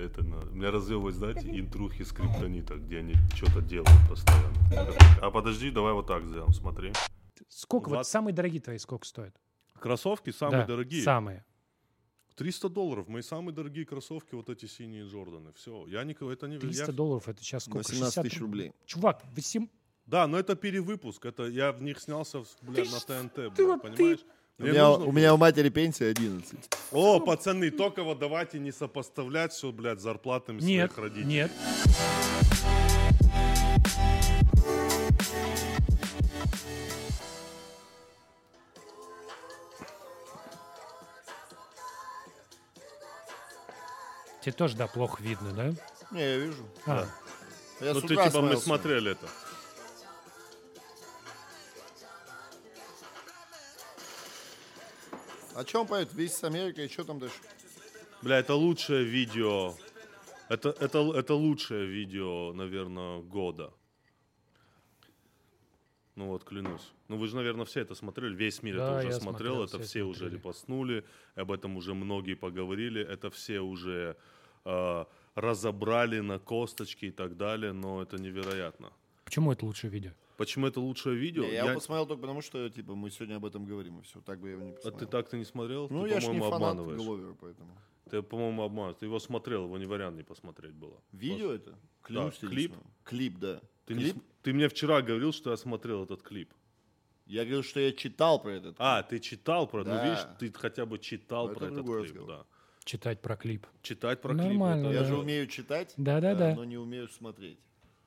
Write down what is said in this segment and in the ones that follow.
это, у меня развелось, знаете, интрухи с криптонита, где они что-то делают постоянно. А подожди, давай вот так сделаем, смотри. Сколько, вот самые дорогие твои сколько стоят? Кроссовки самые дорогие. Самые. $300. Мои самые дорогие кроссовки, вот эти синие Джорданы. Все, я никого, это не... $300, это сейчас сколько? 18 тысяч рублей. Чувак, 8... Да, но это перевыпуск, это я в них снялся, блядь, на ТНТ, ты- понимаешь? У меня у матери пенсия 11. О, пацаны, только вот давайте не сопоставлять все, блядь, с зарплатами своих родителей. Нет. Тебе тоже, да, плохо видно, да? Не, я вижу. А. Я Ну с ты утра типа, мы смылся. смотрели это. А что он поет? Весь с Америкой, и что там дальше? Бля, это лучшее видео. Это лучшее видео, наверное, года. Ну вот, клянусь. Ну вы же, наверное, все это смотрели. Весь мир Да, это уже я смотрел. смотрел, Это все все уже смотрели. репостнули. Об этом уже многие поговорили. Это все уже разобрали на косточки и так далее. Но это невероятно. Почему это лучшее видео? Почему это лучшее видео? Не, я его посмотрел только потому, что типа мы сегодня об этом говорим, и все. Так бы я его не А посмотрел. ты так-то не смотрел? Ну, Ты, я ж не по-моему, фанат обманываешь. Гловера, поэтому. Ты, по-моему, обманываешь. Ты его смотрел, его не вариант не посмотреть было. Видео это? Клянусь тебе, клип? не смотрел. Клип, да. Ты, Клип? ты мне вчера говорил, что я смотрел этот клип. Я говорил, что я читал про этот. А, ты читал про... Да. Ну, видишь, ты хотя бы читал Но про это этот другой клип, разговор. да. Читать про клип. Читать про Нормально, клип. Я да. же умею читать, Да-да-да. но не умею смотреть.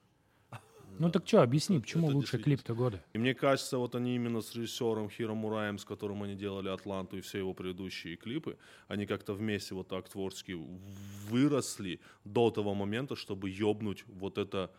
Ну так что, объясни, почему это лучший действительно. клип-то года? И мне кажется, вот они именно с режиссером Хиро Мураем, с которым они делали «Атланту» и все его предыдущие клипы, они как-то вместе вот так творчески выросли до того момента, чтобы ёбнуть вот это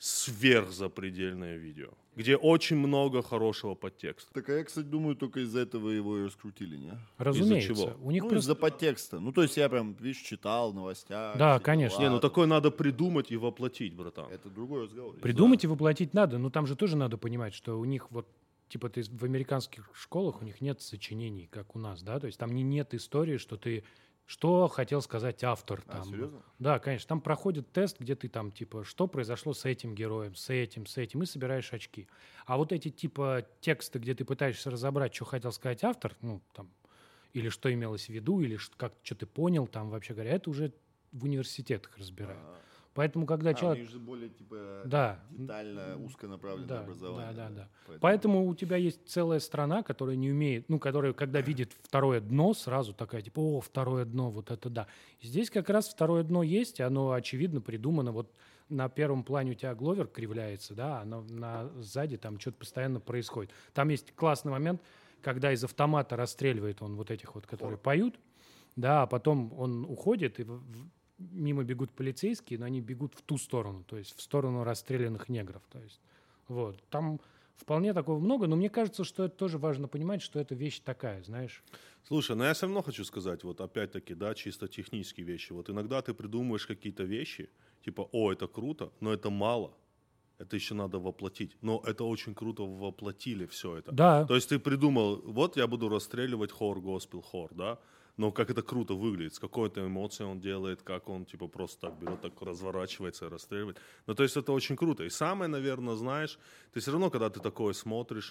сверхзапредельное видео, где очень много хорошего подтекста. Так, а я, кстати, думаю, только из-за этого его и раскрутили, не? Разумеется. чего? У них Ну, просто... из-за подтекста. Ну, то есть я прям, видишь, читал в новостях. Да, все конечно. дела. Не, ну такое надо придумать и воплотить, братан. Это другой разговор. Придумать и воплотить надо, но там же тоже надо понимать, что у них вот, типа, ты в американских школах у них нет сочинений, как у нас, да, то есть там нет истории, что ты, что хотел сказать автор. А, Там. серьезно? Да, конечно, там проходит тест, где ты там, типа, что произошло с этим героем, с этим, и собираешь очки. А вот эти, типа, тексты, где ты пытаешься разобрать, что хотел сказать автор, ну, там, или что имелось в виду, или как, что ты понял, там, вообще говоря, это уже в университетах разбирают. Поэтому, когда У человек... них же более, типа, Да. детально, узконаправленное Да, образование. да. Поэтому у тебя есть целая страна, которая не умеет, ну, которая, когда видит второе дно, сразу такая, типа, о, второе дно, вот это да. Здесь как раз второе дно есть, и оно, очевидно, придумано. Вот на первом плане у тебя Гловер кривляется, да, а сзади там что-то постоянно происходит. Там есть классный момент, когда из автомата расстреливает он вот этих вот, которые поют, да, а потом он уходит, и мимо бегут полицейские, но они бегут в ту сторону, то есть в сторону расстрелянных негров. То есть, вот. Там вполне такого много, но мне кажется, что это тоже важно понимать, что это вещь такая, знаешь. Слушай, ну я все равно хочу сказать, вот опять-таки, да, чисто технические вещи. Вот иногда ты придумываешь какие-то вещи, типа, о, это круто, но это мало. Это еще надо воплотить. Но это очень круто воплотили все это. Да. То есть ты придумал, вот я буду расстреливать хор, госпел, хор, да? Но как это круто выглядит, с какой-то эмоцией он делает, как он типа просто так берет, так разворачивается и расстреливает. Ну то есть это очень круто. И самое, наверное, знаешь, ты все равно, когда ты такое смотришь,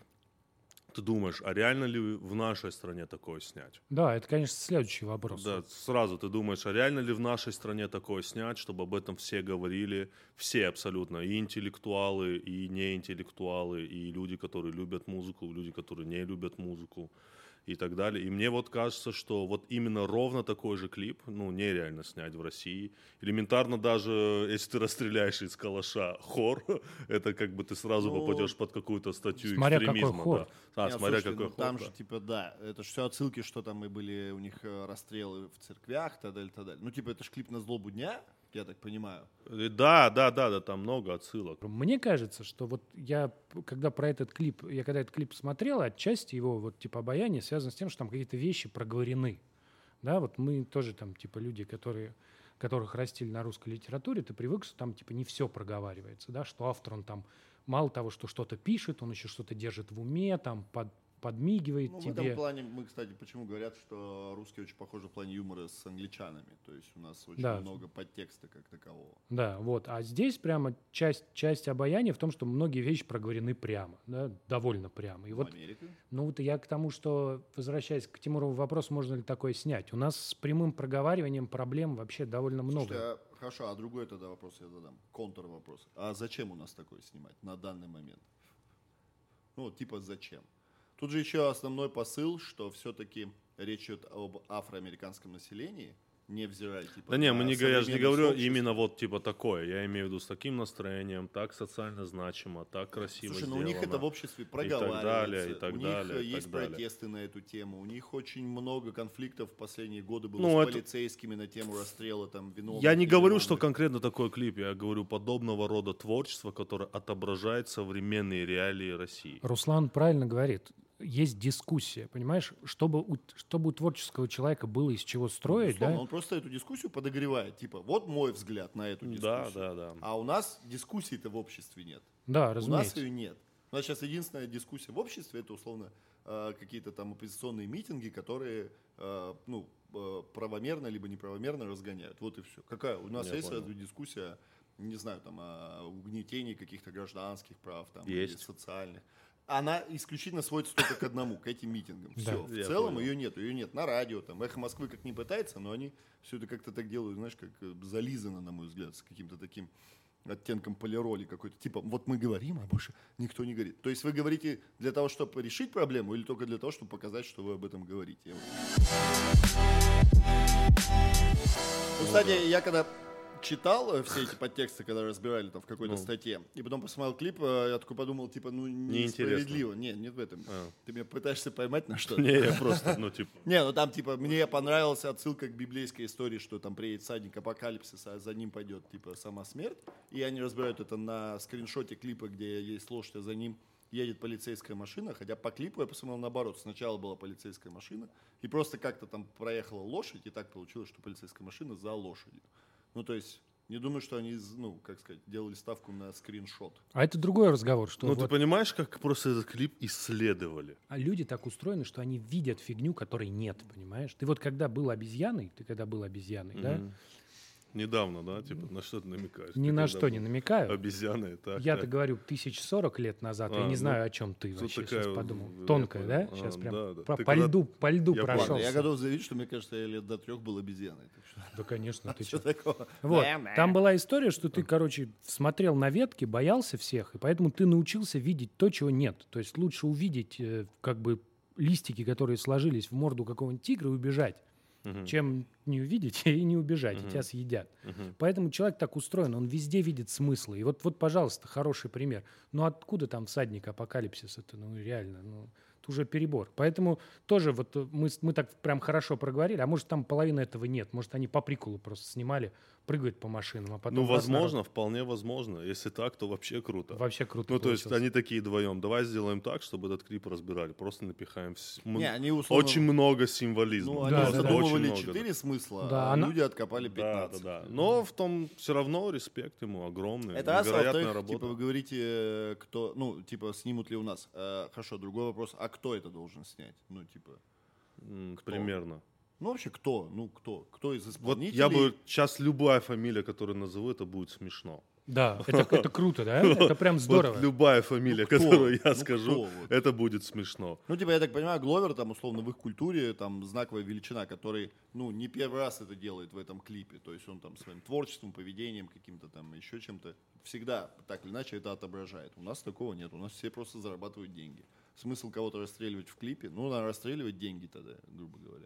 ты думаешь, а реально ли в нашей стране такое снять? Да, это, конечно, следующий вопрос. Да, сразу ты думаешь, а реально ли в нашей стране такое снять, чтобы об этом все говорили, все абсолютно, и интеллектуалы, и неинтеллектуалы, и люди, которые любят музыку, и люди, которые не любят музыку, и так далее. И мне вот кажется, что вот именно ровно такой же клип, ну, нереально снять в России. Элементарно даже, если ты расстреляешь из калаша хор, это как бы ты сразу попадешь под какую-то статью смотря экстремизма. какой хор. Да. Не, Смотря слушайте, какой ну, хор. там да. же, типа, да, это же все отсылки, что там и были у них расстрелы в церквях, так далее, так далее. Ну, типа, это ж клип на злобу дня, я так понимаю. Да, там много отсылок. Мне кажется, что вот я, когда этот клип смотрел, отчасти его вот типа обаяние связано с тем, что там какие-то вещи проговорены. Да, вот мы тоже там типа люди, которых растили на русской литературе, ты привык, что там типа не все проговаривается, да, что автор, он там мало того, что что-то пишет, он еще что-то держит в уме, там подмигивает Ну, в тебе. этом плане мы, кстати, почему говорят, что русские очень похожи в плане юмора с англичанами. То есть у нас очень Да. много подтекста как такового. Да, вот. А здесь прямо часть обаяния в том, что многие вещи проговорены прямо, да, довольно прямо. И вот, Америка. ну вот я к тому, что, возвращаясь к Тимурову вопросу, можно ли такое снять. У нас с прямым проговариванием проблем вообще довольно много. Слушайте, хорошо, а другой тогда вопрос я задам. Контрвопрос. А зачем у нас такое снимать на данный момент? Ну, вот типа зачем? Тут же еще основной посыл, что все-таки речь идет об афроамериканском населении, невзирая типа. Да не, на я же не современное говорю сообщество. именно вот типа такое. Я имею в виду с таким настроением, так социально значимо, так красиво Слушай, ну сделано. у них это в обществе далее, проговаривается. и так у далее, них и есть так далее. протесты на эту тему. У них очень много конфликтов в последние годы было Ну, с это- полицейскими на тему расстрела там виновных. Я не говорю, невиновных. что конкретно такой клип, я говорю подобного рода творчество, которое отображает современные реалии России. Руслан правильно говорит. Есть дискуссия, понимаешь? Чтобы у творческого человека было из чего строить, Безусловно, да? он просто эту дискуссию подогревает. Типа, вот мой взгляд на эту дискуссию. Да. А у нас дискуссии-то в обществе нет. Да, У нас разумеется. ее нет. У нас сейчас единственная дискуссия в обществе, это условно какие-то там оппозиционные митинги, которые правомерно либо неправомерно разгоняют. Вот и все. Какая? У нас Я есть понял. разве дискуссия, не знаю, там о угнетении каких-то гражданских прав там, Есть. или социальных. Она исключительно сводится только к одному, к этим митингам. Да. Все. В Я целом понял. ее нет на радио, там, Эхо Москвы как не пытается, но они все это как-то так делают, знаешь, как зализано, на мой взгляд, с каким-то таким оттенком полироли какой-то. Типа, вот мы говорим, а больше никто не говорит. То есть вы говорите для того, чтобы решить проблему или только для того, чтобы показать, что вы об этом говорите? Ну, кстати, я когда читал все эти подтексты, когда разбирали там в какой-то статье, и потом посмотрел клип, я такой подумал, типа, ну, несправедливо. Нет в этом. Ты меня пытаешься поймать на что-то? Не, я просто, Не, ну там, типа, мне понравилась отсылка к библейской истории, что там приедет всадник апокалипсиса, а за ним пойдет, типа, сама смерть. И они разбирают это на скриншоте клипа, где есть лошадь, а за ним едет полицейская машина. Хотя по клипу я посмотрел наоборот. Сначала была полицейская машина, и просто как-то там проехала лошадь, и так получилось, что полицейская машина за лошадью. Ну, то есть, не думаю, что они, делали ставку на скриншот. А это другой разговор, что Ну, ты вот, понимаешь, как просто этот клип исследовали? а люди так устроены, что они видят фигню, которой нет, понимаешь? Ты вот когда был обезьяной, да? Недавно, да? Типа, на что ты намекаешь? Ни Ты на когда что не был намекаю. Обезьяной, так. Я-то так. говорю 1040 лет назад, я А, не ну, знаю, о чем ты тут вообще такая сейчас вот, подумал. я Тонкая, да? понял. Сейчас прям да. по Ты когда- льду Я прошелся. Ладно, я готов заявить, что, мне кажется, я лет до 3 был обезьяной. Так что, Да, конечно, ты что чё. такого? Вот, там была история, что ты, смотрел на ветки, боялся всех, и поэтому ты научился видеть то, чего нет. То есть лучше увидеть, листики, которые сложились в морду какого-нибудь тигра, и убежать, чем не увидеть и не убежать, и тебя съедят. Поэтому человек так устроен, он везде видит смыслы. И вот, пожалуйста, хороший пример. Ну, откуда там всадник апокалипсиса-то? Ну, реально, это уже перебор. Поэтому тоже вот мы так прям хорошо проговорили, а может, там половины этого нет. Может, они по приколу просто снимали, прыгают по машинам, а потом... Ну, раз возможно, вполне возможно. Если так, то вообще круто. Вообще круто Ну, то есть получилось. они такие вдвоем. Давай сделаем так, чтобы этот клип разбирали. Просто напихаем Не, они условно... очень много символизма. Ну, Да, они да, да. задумывали Очень много, 4 смысла, Да, а она- люди откопали 15. Да. Но в том все равно респект ему огромный. Это раз, а невероятная во-вторых, работа. типа, вы говорите, кто, снимут ли у нас. Хорошо, другой вопрос, а кто это должен снять? Ну, типа, кто? Примерно. ну, вообще, кто? Ну, кто? Кто из Вот исполнителей? я бы сейчас любая фамилия, которую назову, это будет смешно. Да, это круто, да? Это прям здорово. Вот любая фамилия, Ну, кто? которую я Ну, скажу, кто вот? это будет смешно. Ну, типа, я так понимаю, Гловер, там, условно, в их культуре, там, знаковая величина, который, не первый раз это делает в этом клипе. То есть он там своим творчеством, поведением, каким-то там еще чем-то всегда, так или иначе, это отображает. У нас такого нет. У нас все просто зарабатывают деньги. Смысл кого-то расстреливать в клипе? Ну, надо расстреливать деньги тогда, грубо говоря.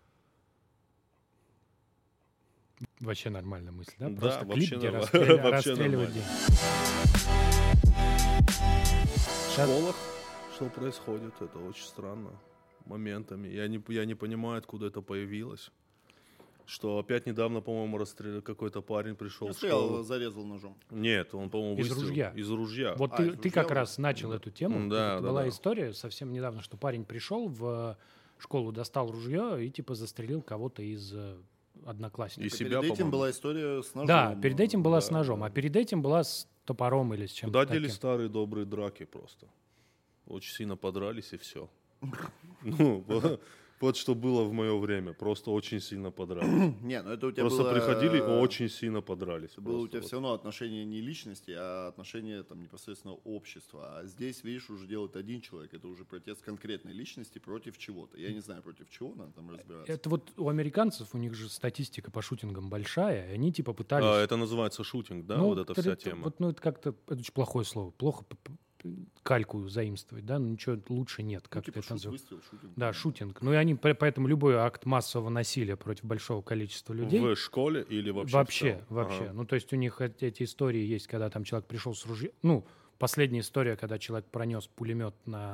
Вообще нормальная мысль, да? Да, Просто вообще клип, где нормально. Вообще расстреливать нормально. деньги. В школах что происходит, это очень странно. Моментами. Я не понимаю, откуда это появилось. Что опять недавно, по-моему, расстрелял какой-то парень пришел в школу. Зарезал ножом. Нет, он, по-моему, Из выстрелил. ружья. Из ружья. Вот А, ты из как ружья раз начал эту тему. Да, Это да, была да. история совсем недавно, что парень пришел в школу, достал ружье и типа застрелил кого-то из одноклассников. И себя, Перед этим по-моему. была история с ножом. Да, перед этим была да, с ножом, да. а перед этим была с топором или с чем-то Куда делись таким. старые добрые драки просто? Очень сильно подрались и все. Ну, вот что было в мое время. Просто очень сильно подрались. Не, ну это у тебя Просто было... приходили, очень сильно подрались. Это было у просто тебя вот. все равно отношение не личности, а отношение там непосредственно общества. А здесь, видишь, уже делает один человек. Это уже протест конкретной личности против чего-то. Я не знаю, против чего надо там разбираться. Это вот у американцев, у них же статистика по шутингам большая, и они типа пытались... Это называется шутинг, да, Ну, вот эта вся тема. Вот, ну, это как-то, это очень плохое слово. Плохо кальку заимствовать, да, но ничего лучше нет, Ну, как типа это называется. выстрел, шутинг. Да, шутинг. Ну и они, поэтому любой акт массового насилия против большого количества людей... В школе или вообще? в Вообще, целом? вообще. Ага. Ну, то есть у них эти истории есть, когда там человек пришел с ружьем. Ну, последняя история, когда человек пронес пулемет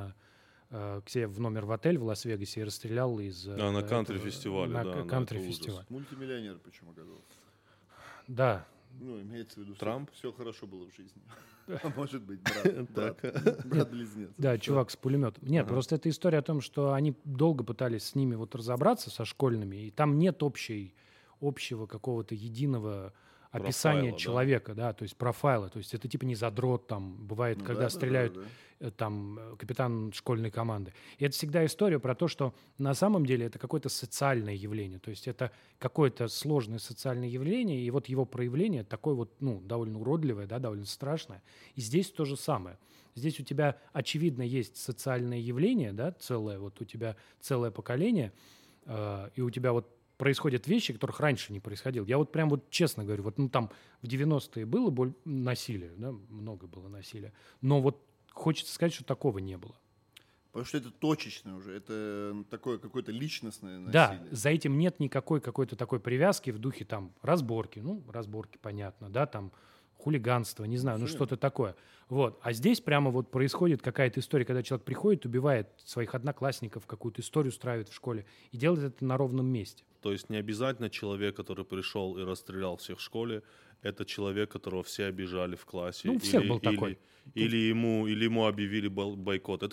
к себе в номер в отель в Лас-Вегасе и расстрелял из... на кантри-фестивале, на да, это кантри-фестиваль. Мультимиллионер причем оказался. Да. Ну, имеется в виду, Трамп? все хорошо было в жизни. А может быть, брат-близнец. Да, чувак с пулеметом. Нет, просто это история о том, что они долго пытались с ними вот разобраться, со школьными, и там нет общего какого-то единого описания Профайла, да. человека, да, то есть профайла. То есть это типа не задрот, там, бывает, Ну когда да, стреляют там капитан школьной команды. И это всегда история про то, что на самом деле это какое-то социальное явление. То есть это какое-то сложное социальное явление, и вот его проявление такое вот, ну, довольно уродливое, да, довольно страшное. И здесь то же самое. Здесь у тебя, очевидно, есть социальное явление, да, целое, вот у тебя целое поколение, и у тебя вот происходят вещи, которых раньше не происходило. Я вот прям вот честно говорю, вот ну там в 90-е было насилие, да, много было насилия, но вот хочется сказать, что такого не было. Потому что это точечное уже, это такое какое-то личностное насилие. Да, за этим нет никакой какой-то такой привязки в духе там разборки, ну, разборки, понятно, да, там хулиганство, не знаю, ну что-то такое. Вот. А здесь прямо вот происходит какая-то история, когда человек приходит, убивает своих одноклассников, какую-то историю устраивает в школе и делает это на ровном месте. То есть не обязательно человек, который пришел и расстрелял всех в школе, это человек, которого все обижали в классе. Ну, у всех был такой. Или ему объявили бойкот.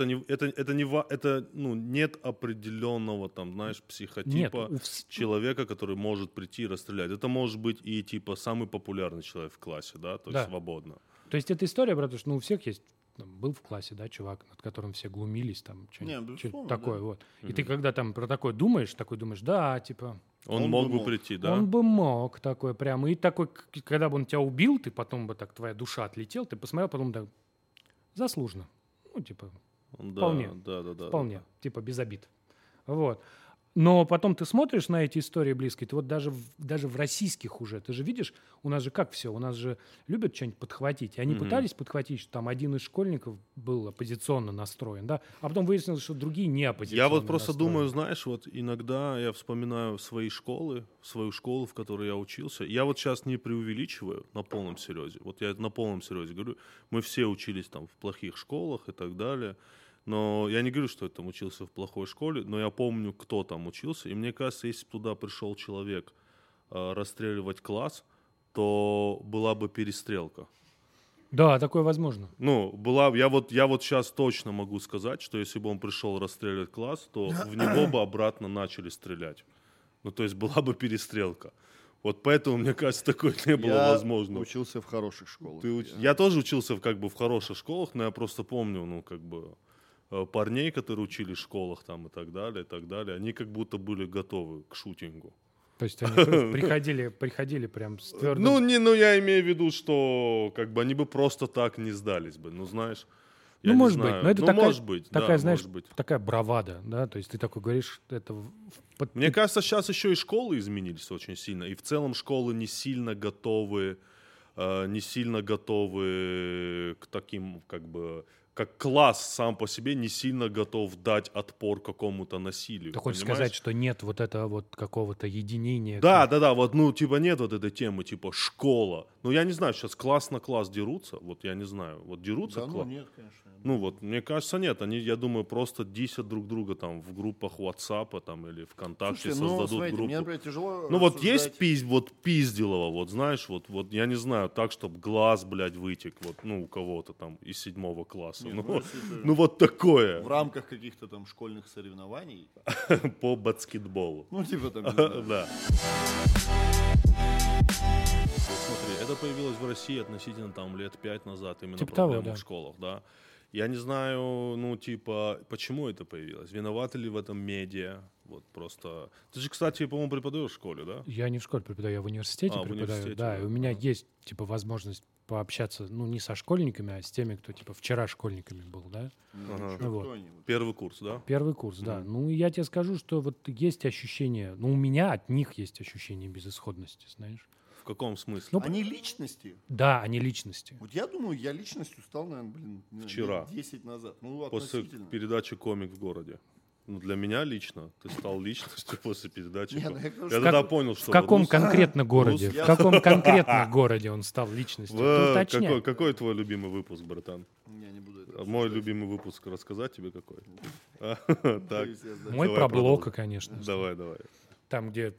Нет определенного там, знаешь, психотипа человека, который может прийти и расстрелять. Это может быть и типа самый популярный человек в классе, да, то есть свободно. То есть это история про то, что ну, у всех есть, там, был в классе, да, чувак, над которым все глумились, там, что-то такое, да. Вот. И ты когда там про такое думаешь, да, типа... Он мог бы прийти, да? Он бы мог такой прямо. И такой, когда бы он тебя убил, ты потом бы так, твоя душа отлетела, ты посмотрел, потом так, заслуженно. Ну, типа, вполне. Вполне, типа, без обид. Вот. Но потом ты смотришь на эти истории близкие, ты вот даже в российских уже, ты же видишь, у нас же как все, у нас же любят что-нибудь подхватить. И они пытались подхватить, что там один из школьников был оппозиционно настроен, да, а потом выяснилось, что другие не оппозиционно Я вот просто настроены. думаю, знаешь, вот иногда я вспоминаю свою школу, в которой я учился. Я вот сейчас не преувеличиваю на полном серьезе. Вот я на полном серьезе говорю, мы все учились там в плохих школах и так далее. Но я не говорю, что я там учился в плохой школе, но я помню, кто там учился. И мне кажется, если бы туда пришел человек расстреливать класс, то была бы перестрелка. Да, такое возможно. Ну, я вот сейчас точно могу сказать, что если бы он пришел расстрелять класс, то в него бы обратно начали стрелять. Ну, то есть была бы перестрелка. Вот поэтому, мне кажется, такое не было возможно. Я учился в хороших школах. Я тоже учился в хороших школах, но я просто помню, парней, которые учились в школах там и так далее, они как будто были готовы к шутингу. То есть они приходили прям с твердым... Я имею в виду, что как бы они бы просто так не сдались бы, ну, знаешь. Ну, может быть, но это такая, знаешь, может быть. такая бравада, да, то есть ты такой говоришь, это... Мне кажется, сейчас еще и школы изменились очень сильно, и в целом школы не сильно готовы к таким, как класс сам по себе не сильно готов дать отпор какому-то насилию. Ты хочешь сказать, что нет вот этого вот какого-то единения? Да, вот, нет вот этой темы, типа, школа. Ну, я не знаю, сейчас класс на класс дерутся, вот я не знаю, вот дерутся класс? Нет, конечно. Ну, вот, мне кажется, нет, они, я думаю, просто дисят друг друга там в группах WhatsApp там или ВКонтакте. Слушайте, создадут группу. Мне, например, тяжело вот есть пиздилово, вот знаешь, вот, я не знаю, так, чтобы глаз, блядь, вытек, вот, у кого-то там из 7 класса. Вот такое. В рамках каких-то там школьных соревнований. По баскетболу. Ну, типа там, не знаю. Да. Смотри, это появилось в России относительно там лет 5 назад, именно типа проблема того, да. в школах, да. Я не знаю, ну, типа, почему это появилось. Виноваты ли в этом медиа? Вот просто... Ты же, кстати, по-моему, преподаешь в школе, да? Я не в школе преподаю, я в университете в преподаю. университете, Да, и да. у меня есть, типа, возможность пообщаться, ну, не со школьниками, а с теми, кто, типа, вчера школьниками был, да? Ага. Ещё Вот. кто-нибудь. Первый курс, да? Первый курс, да. Ну, я тебе скажу, что вот есть ощущение, ну, у меня от них есть ощущение безысходности, знаешь? В каком смысле? Ну, Они личности? Да, они личности. Вот я думаю, я личностью стал, наверное, Вчера. 10 назад. Ну, После относительно. передачи «Комик в городе». Ну, для меня лично ты стал личностью после передачи. Не, ну, я говорю, Я что- тогда понял, что... В каком рус- конкретно городе? я- В каком конкретно городе он стал личностью? Ты уточняй. Какой твой любимый выпуск, братан? Я не буду это Мой обсуждать. любимый выпуск рассказать тебе какой? Так, Боюсь, я сдам. Мой давай про продолжим. Блока, конечно. давай. Там, где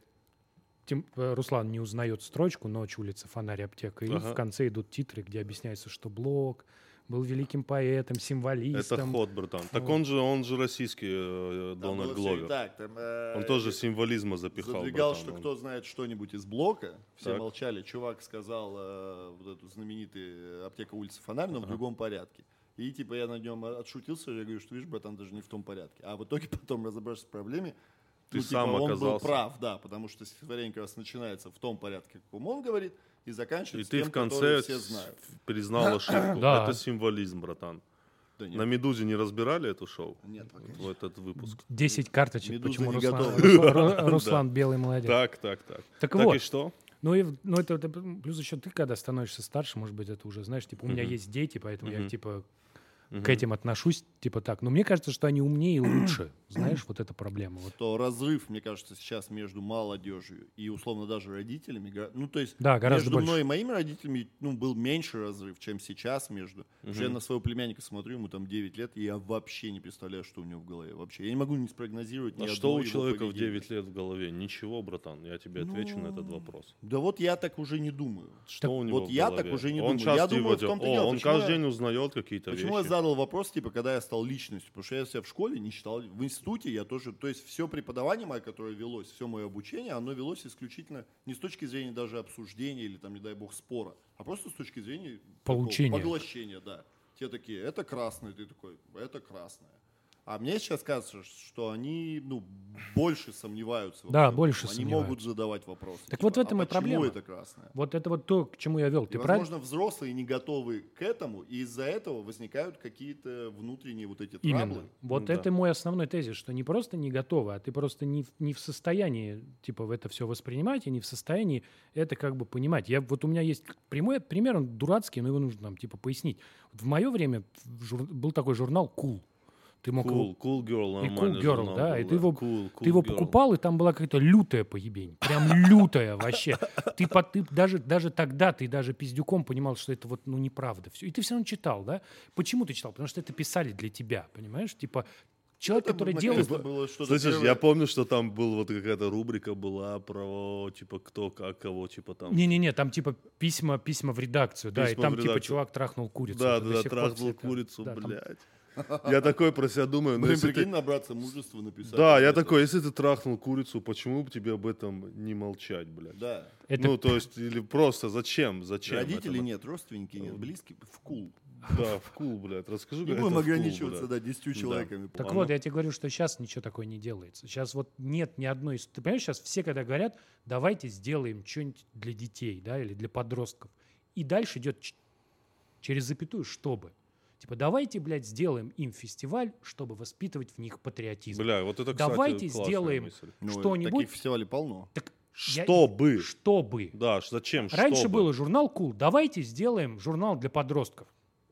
Руслан не узнает строчку «Ночь, улица, фонарь, аптека», и Ага. в конце идут титры, где объясняется, что Блок был великим поэтом, Это символистом. ход, братан. Так Вот. он же российский Там Дональд было всё Гловер. и так, там, Он тоже символизма запихал, задвигал, братан. что Он- кто знает что-нибудь из Блока. Все Так. молчали. Чувак сказал вот эту знаменитую аптека улицы Фонарь, но в другом порядке. И типа я на нем отшутился, я говорю, что видишь, братан, даже не в том порядке. А в итоге потом, разобравшись в проблеме, Ты ну, типа, сам он был оказался. прав, да, потому что стихотворение как раз начинается в том порядке, каком он говорит, и И заканчивается ты тем, в конце который все знают. признал ошибку. Да. Это символизм, братан. Да нет, На «Медузе» не разбирали эту шоу? нет, пока нет. В этот выпуск. 10 карточек, Медуза почему не Руслан, готова. Руслан белый молодец. Так. Так Так вот, и что? ну, это плюс еще ты, когда становишься старше, может быть, это уже, знаешь, типа, у меня есть дети, поэтому я, типа, к этим отношусь, типа, так. Но мне кажется, что они умнее и лучше, знаешь, вот эта проблема. Вот. То разрыв, мне кажется, сейчас между молодежью и, условно, даже родителями, ну, то есть Да, гораздо между больше. мной и моими родителями, ну, был меньше разрыв, чем сейчас между. Потому что я на своего племянника смотрю, ему там 9 лет, и я вообще не представляю, что у него в голове вообще. Я не могу не спрогнозировать ни А одного что у его человека в поведения. 9 лет в голове? Ничего, братан, я тебе отвечу на этот вопрос. Да вот я так уже не думаю. Что у него вот в я голове? так уже не Он думаю. Я часто думаю, в его том-то дел- дело, он почему каждый я- день узнает какие-то Почему я вещи. задал вопрос, типа, когда я стал личностью? Потому что я себя в школе не считал, в институте я тоже, то есть все преподавание мое, которое велось, все мое обучение, оно велось исключительно не с точки зрения даже обсуждения или там, не дай бог, спора, а просто с точки зрения такого Получения. поглощения, да. Те такие, это красное, ты такой, это красное. А мне сейчас кажется, что они, ну, больше сомневаются. во Да, всем больше этом. Они сомневаются. могут задавать вопросы. Так типа, вот в этом а и почему проблема. это красное? Вот это вот то, к чему я вел. И, Ты правильно? возможно, взрослые не готовы к этому, и из-за этого возникают какие-то внутренние вот эти Именно. траблы. Вот Да. это мой основной тезис, что не просто не готовы, а ты просто не в состоянии типа в это все воспринимать и не в состоянии это как бы понимать. Вот у меня есть прямой пример, он дурацкий, но его нужно там типа пояснить. Вот в мое время был такой журнал «Cool». Ты мог его Cool Girl, и нормальный Cool Girl, журнал да, был, и ты его, Cool ты его Girl. покупал, и там была какая-то лютая поебень. Прям лютая вообще. Ты даже тогда ты даже пиздюком понимал, что это вот, ну, неправда все. И ты все равно читал, да? Почему ты читал? Потому что это писали для тебя, понимаешь? Типа человек, Это, который наконец-то, делает... было что-то Слышишь, первое. я помню, что там была вот какая-то рубрика была про, типа, кто, как, кого, типа там. Не-не-не, там типа письма в редакцию, да, и Письма там в типа редакцию. чувак трахнул курицу. Да, Это до да, сих пор трахнул цветет. курицу, Да, там- блядь. Я такой про себя думаю, ну Блин, если прикинь, ты... набраться мужества написать. Да, вот я это. такой, если ты трахнул курицу, почему бы тебе об этом не молчать, блядь? Да. Это Ну, то есть, или просто зачем? Родителей это? нет, родственники нет, близкие в кул. Да, в кул, блядь, расскажи, Не как будем это в кул, ограничиваться, блядь. да, 10 человеками. Так Ладно. вот, я тебе говорю, что сейчас ничего такое не делается. Сейчас вот нет ни одной... Ты понимаешь, сейчас все, когда говорят, давайте сделаем что-нибудь для детей, да, или для подростков. И дальше идет через запятую, чтобы. Типа, давайте, блядь, сделаем им фестиваль, чтобы воспитывать в них патриотизм. Бля, вот это, кстати, Давайте классная сделаем мысль. Ну, что-нибудь. таких фестивалей полно. Так я- Чтобы. Чтобы. Да, зачем? Раньше Чтобы. был журнал «Кул». Давайте сделаем журнал для подростков.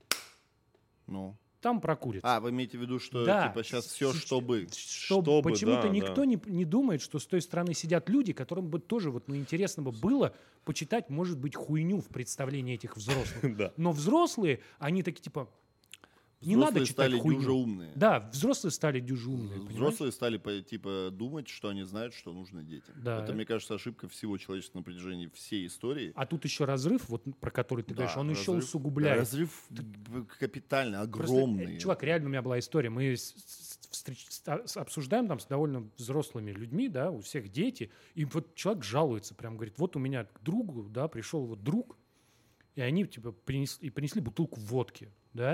Ну. Там про куриц. А, вы имеете в виду, что Да. типа сейчас все, чтобы. Чтобы, Почему-то да, никто да. не думает, что с той стороны сидят люди, которым бы тоже вот, ну, интересно бы было почитать, может быть, хуйню в представлении этих взрослых. Да. Но взрослые, они такие типа, не Взрослые надо читать стали хуйню. дюже умные. Да, взрослые стали дюже умные. понимаешь? Взрослые стали типа думать, что они знают, что нужно детям. Да. Это, мне кажется, ошибка всего человечества на протяжении всей истории. А тут еще разрыв, вот про который ты Да, говоришь, он еще разрыв- усугубляет. да, разрыв капитальный, Просто, огромный. чувак, реально у меня была история. Мы обсуждаем там с довольно взрослыми людьми, да, у всех дети, и вот человек жалуется, прям говорит, вот у меня к другу, да, пришел вот друг, и они типа принесли бутылку водки, да,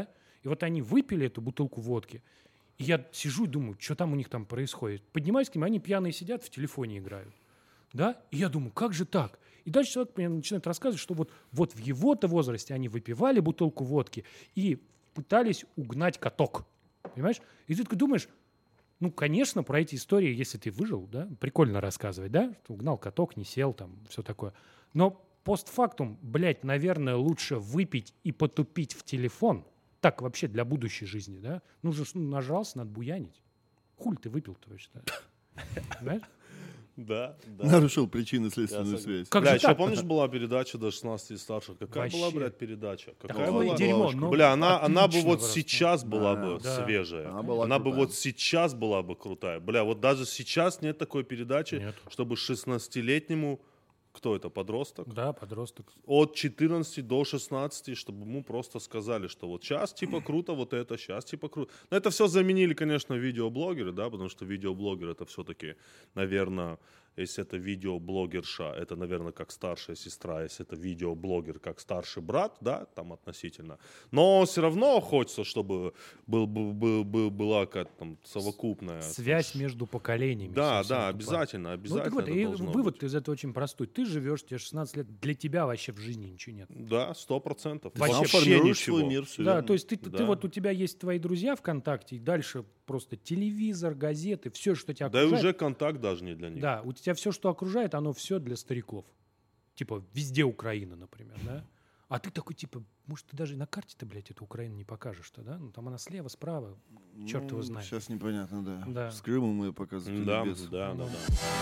И вот они выпили эту бутылку водки, и я сижу и думаю, что там у них там происходит. Поднимаюсь к ним, они пьяные сидят, в телефоне играют. Да? И я думаю, как же так? И дальше человек мне начинает рассказывать, что вот в его-то возрасте они выпивали бутылку водки и пытались угнать каток. Понимаешь? И ты такой думаешь, ну, конечно, про эти истории, если ты выжил, да, прикольно рассказывать, да, что угнал каток, не сел, там, все такое. Но постфактум, блядь, наверное, лучше выпить и потупить в телефон. Так вообще для будущей жизни, да? Ну, же нажрался, надо буянить. Хуль ты выпил-то вообще, понимаешь? Да. Нарушил причинно-следственную связь. Как Бля, же еще так? помнишь, была передача до 16 и старше? Какая Вообще. была, блядь, передача? Какая Такое была? дерьмо. но Бля, она бы отлично вот просто. сейчас была бы Да. свежая. Она была Она бы крутая. вот сейчас была бы крутая. Бля, вот даже сейчас нет такой передачи, Нет. чтобы 16-летнему, кто это, подросток? Да, подросток. От 14 до 16, чтобы ему просто сказали, что вот сейчас типа круто, вот это, сейчас типа круто. Но это все заменили, конечно, видеоблогеры, да, потому что видеоблогер это все-таки, наверное, если это видеоблогерша, это, наверное, как старшая сестра, если это видеоблогер, как старший брат, да, там относительно. Но все равно хочется, чтобы была какая-то там совокупная... Связь между поколениями. Да, совсем да, тупая. обязательно, Ну, обязательно так вот, это и должно вывод быть. из этого очень простой. Ты живешь, тебе 16 лет, для тебя вообще в жизни ничего нет. Да, 100%. Вообще Сам Вообще формируешь ничего. свой мир, все Да, верно. то есть ты Да. вот у тебя есть твои друзья ВКонтакте, и дальше просто телевизор, газеты, все, что тебя Да и окружает. уже контакт даже не для них. Да, у тебя все, что окружает, оно все для стариков. Типа везде Украина, например, да? А ты такой, типа, может, ты даже на карте-то, блядь, эту Украину не покажешь-то, да? Ну, там она слева, справа, черт его знает. Сейчас непонятно, да. Да. С Крымом мы показывали Да, без. да. Ну.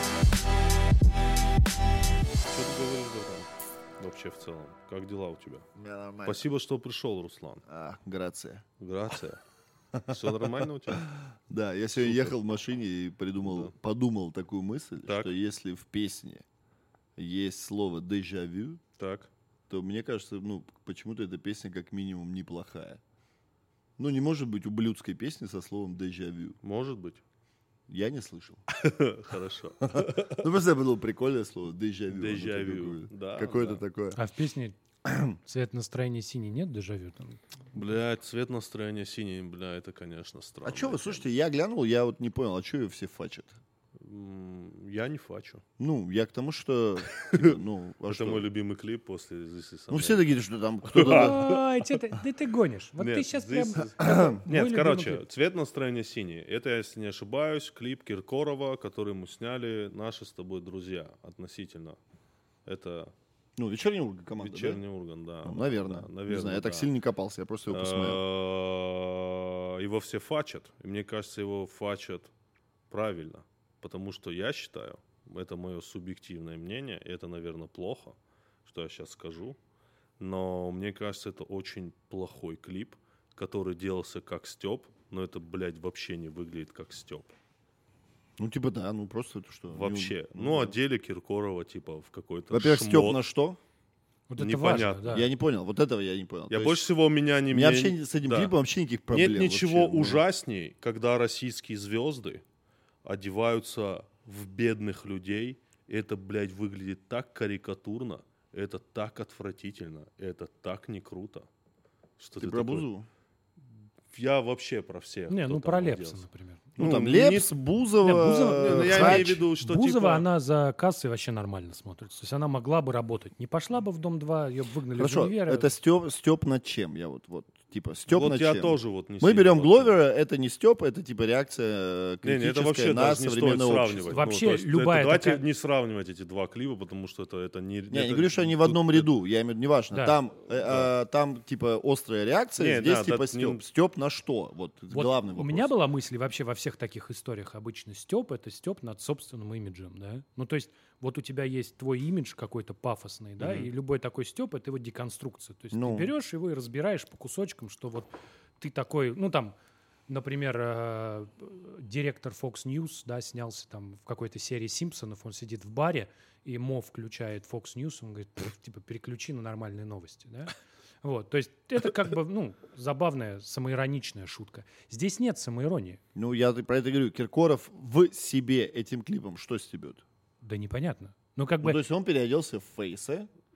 Что ты говоришь, братан? Вообще в целом. Как дела у тебя? У меня нормально. Спасибо, что пришел, Руслан. Грация. Грация. Все нормально у тебя? Да, я сегодня Супер. ехал в машине и Да. подумал такую мысль, Так. что если в песне есть слово «дежавю», Так. то мне кажется, ну, почему-то эта песня как минимум неплохая. Ну, не может быть ублюдской песни со словом «дежавю». Может быть. Я не слышал. Хорошо. Ну, просто было прикольное слово «дежавю». Оно Дежавю. такое Да, Какое-то да. такое. А в песне «Цвет настроения синий» нет дежавю? Там? Блядь, цвет настроения синий, бля, это, конечно, странно. А что вы, слушайте, я глянул, я вот не понял, а что ее все фачат? Я не фачу. Ну, я к тому, что... типа, ну, а Это что? мой любимый клип после This Is Ну, America. все такие, что там кто-то... Ой, да ты гонишь. Вот Нет, ты сейчас this прям... is- Мой Нет, любимый короче, клип. цвет настроения синий. Это, если не ошибаюсь, клип Киркорова, который мы сняли наши с тобой друзья относительно. Это Ну, вечерний Ургант команда, Вечерний Ургант, да. да? Ну, наверное. Да, Не наверное, знаю, я так да. сильно не копался, я просто его посмотрел. Его все фачат. И мне кажется, его фачат правильно. Потому что я считаю, это мое субъективное мнение, и это, наверное, плохо, что я сейчас скажу. Но мне кажется, это очень плохой клип, который делался как стёб, но это, блядь, вообще не выглядит как стёб. Ну, типа, да, ну просто это что? Вообще. Не- Ну, одели Киркорова, типа, в какой-то Во-первых, шмот. Степ на что? Вот это Непонятно. важно, да. Я не понял, вот этого я не понял. Я То есть больше всего меня не... у меня мне- вообще с этим да. клипом вообще никаких проблем. Нет ничего вообще, ну. ужасней, когда российские звезды одеваются в бедных людей. И это, блядь, выглядит так карикатурно, это так отвратительно, это так не круто. Что Ты ты про такой- Бузову? Я вообще про всех. Не, кто ну там про Лепса, оделся. например. Ну, Ну, там не- Лепс, Бузова, Не, Бузова- Ну, я Хач. имею в виду, что Бузова, типа... она за кассой вообще нормально смотрится. То есть она могла бы работать. Не пошла бы в Дом-2, ее выгнали из Хорошо, универа. это Степ над чем? Я вот, типа, Степ Вот над я чем? тоже вот не Мы сильно берем вообще. Гловера, это не Степ, это типа реакция Не, это критическая вообще на даже не стоит современное сравнивать. общество. Вообще то есть любая давайте такая- не сравнивать эти два клипа, потому что это не... Не, я не говорю, что они в одном ряду, я имею в виду, неважно. Да. Там, типа, острая реакция, Не, здесь, да, типа, да, Степ. не- Степ на что? Вот, Вот главный у вопрос. меня была мысль, и вообще во всех таких историях обычно Степ — это Степ над собственным имиджем, да? Ну, то есть вот у тебя есть твой имидж какой-то пафосный, да, и любой такой Степ — это его деконструкция. То есть Ну. ты берешь его и разбираешь по кусочкам, что вот ты такой, ну, там, например, директор Fox News, да, снялся там в какой-то серии «Симпсонов», он сидит в баре, и Мо включает Fox News, он говорит, типа, переключи на нормальные новости, да? Вот, то есть это как бы, ну, забавная, самоироничная шутка. Здесь нет самоиронии. Ну, я про это говорю. Киркоров в себе этим клипом что стебет? Да непонятно. Ну, как Ну, бы, то есть он переоделся в Фейса,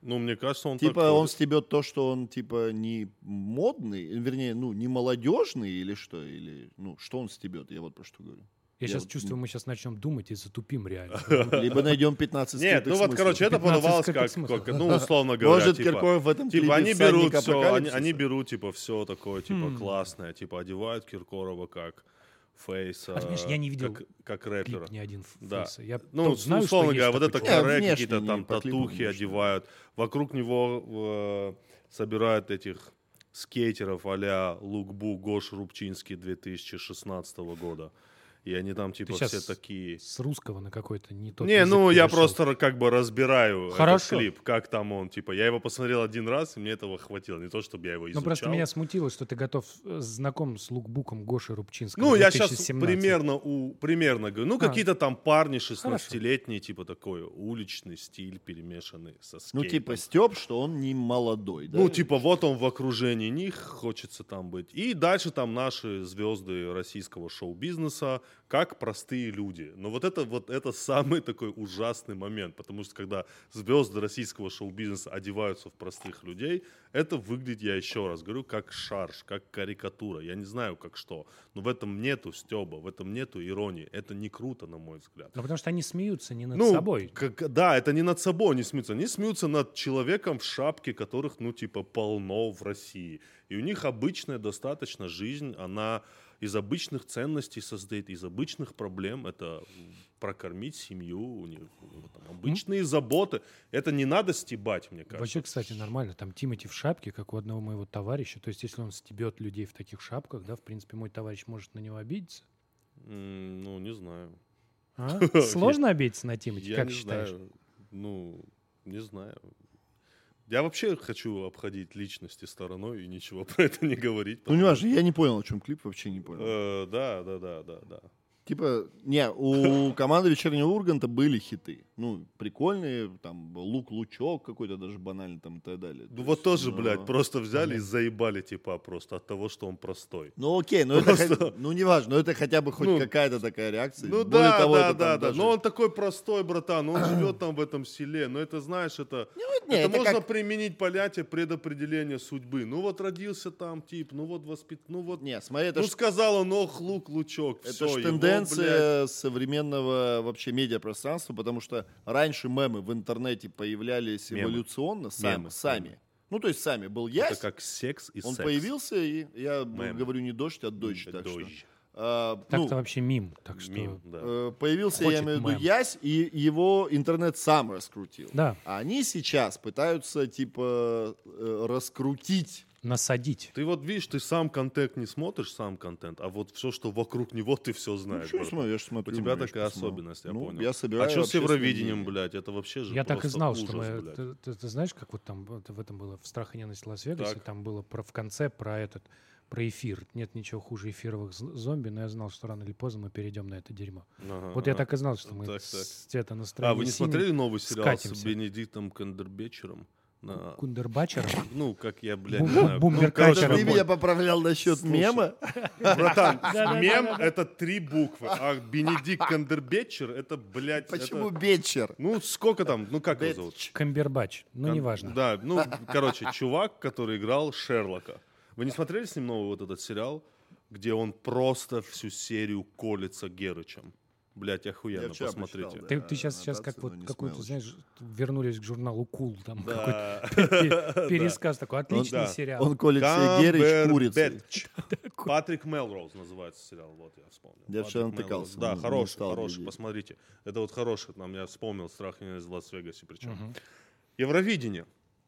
Ну, мне кажется, он Типа так он ходит. стебет то, что он типа не модный, вернее, ну, не молодежный или что? Или, ну, что он стебет? Я вот про что говорю. Я Я сейчас вот чувствую, мы сейчас начнем думать и затупим реально. Либо найдем 15 Нет, скрытых ну вот, смыслов. короче, это 15 подавалось скрытых как, смыслов. ну, условно говоря, Может, типа... Киркоров в этом клипе Типа они всадник берут все, апокалипсиса? они берут типа все такое типа классное, типа одевают Киркорова как фейса, А, знаешь, я не видел как рэпера. Клип ни один Да. Фейса. Я Ну, тут знаю, условно что говоря, есть вот это такой чувак. каре, внешне какие-то не там по клипу, татухи конечно. одевают. Вокруг него собирают этих скейтеров а-ля Лукбу Гош Рубчинский 2016 года. И они там Ты типа сейчас все такие... с русского на какой-то не тот Не, язык ну я перешел. просто как бы разбираю Хорошо. этот клип, как там он, типа, я его посмотрел один раз, и мне этого хватило, не то, чтобы я его Ну, изучал. просто меня смутило, что ты готов знаком с лукбуком Гоши Рубчинского. Ну, я сейчас 2017. примерно говорю, ну, какие-то там парни Хорошо. 16-летние, типа такой уличный стиль, перемешанный со скейтом. Ну, типа Степ, что он не молодой, да? Ну, типа, вот он в окружении них, хочется там быть. И дальше там наши звезды российского шоу-бизнеса, как простые люди. Но вот это самый такой ужасный момент, потому что когда звезды российского шоу-бизнеса одеваются в простых людей, это выглядит, я еще раз говорю, как шарж, как карикатура. Я не знаю, как что, но в этом нету стёба, в этом нету иронии. Это не круто, на мой взгляд. Ну, потому что они смеются не над Ну, собой. да, это не над собой они смеются. Они смеются над человеком в шапке, которых, ну, типа, полно в России. И у них обычная достаточно жизнь, она из обычных ценностей состоит, из обычных проблем. Это прокормить семью, у них там, обычные заботы. Это не надо стебать, мне кажется. Вообще, кстати, нормально. Там Тимати в шапке, как у одного моего товарища. То есть, если он стебет людей в таких шапках, да, в принципе, мой товарищ может на него обидеться. Ну, не знаю. А? Сложно обидеться на Тимати, Я как не считаешь? знаю. Ну, не знаю. Я вообще хочу обходить личности стороной и ничего про это не говорить. Ну, не важно, я не понял, о чем клип, вообще не понял. Да. Типа, не, у команды «Вечернего Урганта» были хиты. Ну, прикольные, там, «Лук-лучок» какой-то даже банальный там и так далее. Ну вот тоже, ну, блядь, просто взяли и заебали типа просто от того, что он простой. Ну, окей, но это, ну, не важно, но это хотя бы хоть Ну, какая-то такая реакция. Ну Более да, того, да, это да, там да. даже- Но он такой простой, братан, он живет там в этом селе. Но это, знаешь, это не, это можно как- применить понятие предопределения судьбы. Ну вот родился там тип, ну вот ну вот, Не, смотри, это ну ж сказал он, ох, лучок, это все, ж тенденция современного вообще медиапространства, потому что раньше мемы в интернете появлялись Мемы. эволюционно, Мемы, сами. мемы. Ну, то есть сами. Был Это ясь, как секс и он секс. появился, и я Мемы. говорю не дождь, а дождь. Так что, Дождь. Так-то ну, вообще мим. Так что... Мим, да. появился, я Хочет имею в виду, мем. ясь, и его интернет сам раскрутил. Да, А они сейчас пытаются, типа, раскрутить. насадить. Ты вот видишь, ты сам контент не смотришь, сам контент, а вот все, что вокруг него, ты все знаешь. Что я братан. смотрю, я ж смотрю. У тебя я ж такая посмотрю. особенность, я Ну, понял. Я собираю А что с общественное Евровидением, мнение. блядь? Это вообще же Я так и просто знал, ужас, что мы... блядь. Ты знаешь, как вот там в этом было в «Страх и ненависть в Лас-Вегасе», Так. там было в конце про эфир. Нет ничего хуже эфировых зомби, но я знал, что рано или поздно мы перейдем на это дерьмо. Ага, Вот я ага. так и знал, что мы Так, с это настроение А, вы не синим смотрели новый сериал скатимся. с Бенедиктом Камбербэтчером? Кундербачером? Ну, как я, блядь, Бум- не знаю. бумберкачером. Ты меня поправлял насчет Слушай. мема? Братан, Да-да-да-да-да. мем — это 3 буквы, а Бенедикт Камбербэтчер — это, блядь, Почему это... вечер? Ну, сколько там, ну, как его зовут? Камбербач. Ну, неважно. Да, ну, короче, чувак, который играл Шерлока. Вы не смотрели с ним новый вот этот сериал, где он просто всю серию колется Герычем? Блядь, охуенно, Я вчера посмотрите. прочитал, да. Ты сейчас аннотацию, как вот но не какую-то, смотрел знаешь, вернулись к журналу Кул, там Да. какой-то пересказ такой. Отличный да. сериал. Он колет себе Герич курицей. Камбербэтч. Патрик Мелроуз называется сериал, вот я вспомнил. Я вчера Патрик натыкался, Мелроуз. Да, не хороший, стал хороший, глядеть. посмотрите. Это вот хороший, нам я вспомнил «Страх и ненависть в Лас-Вегасе» причем. Мгм. Евровидение.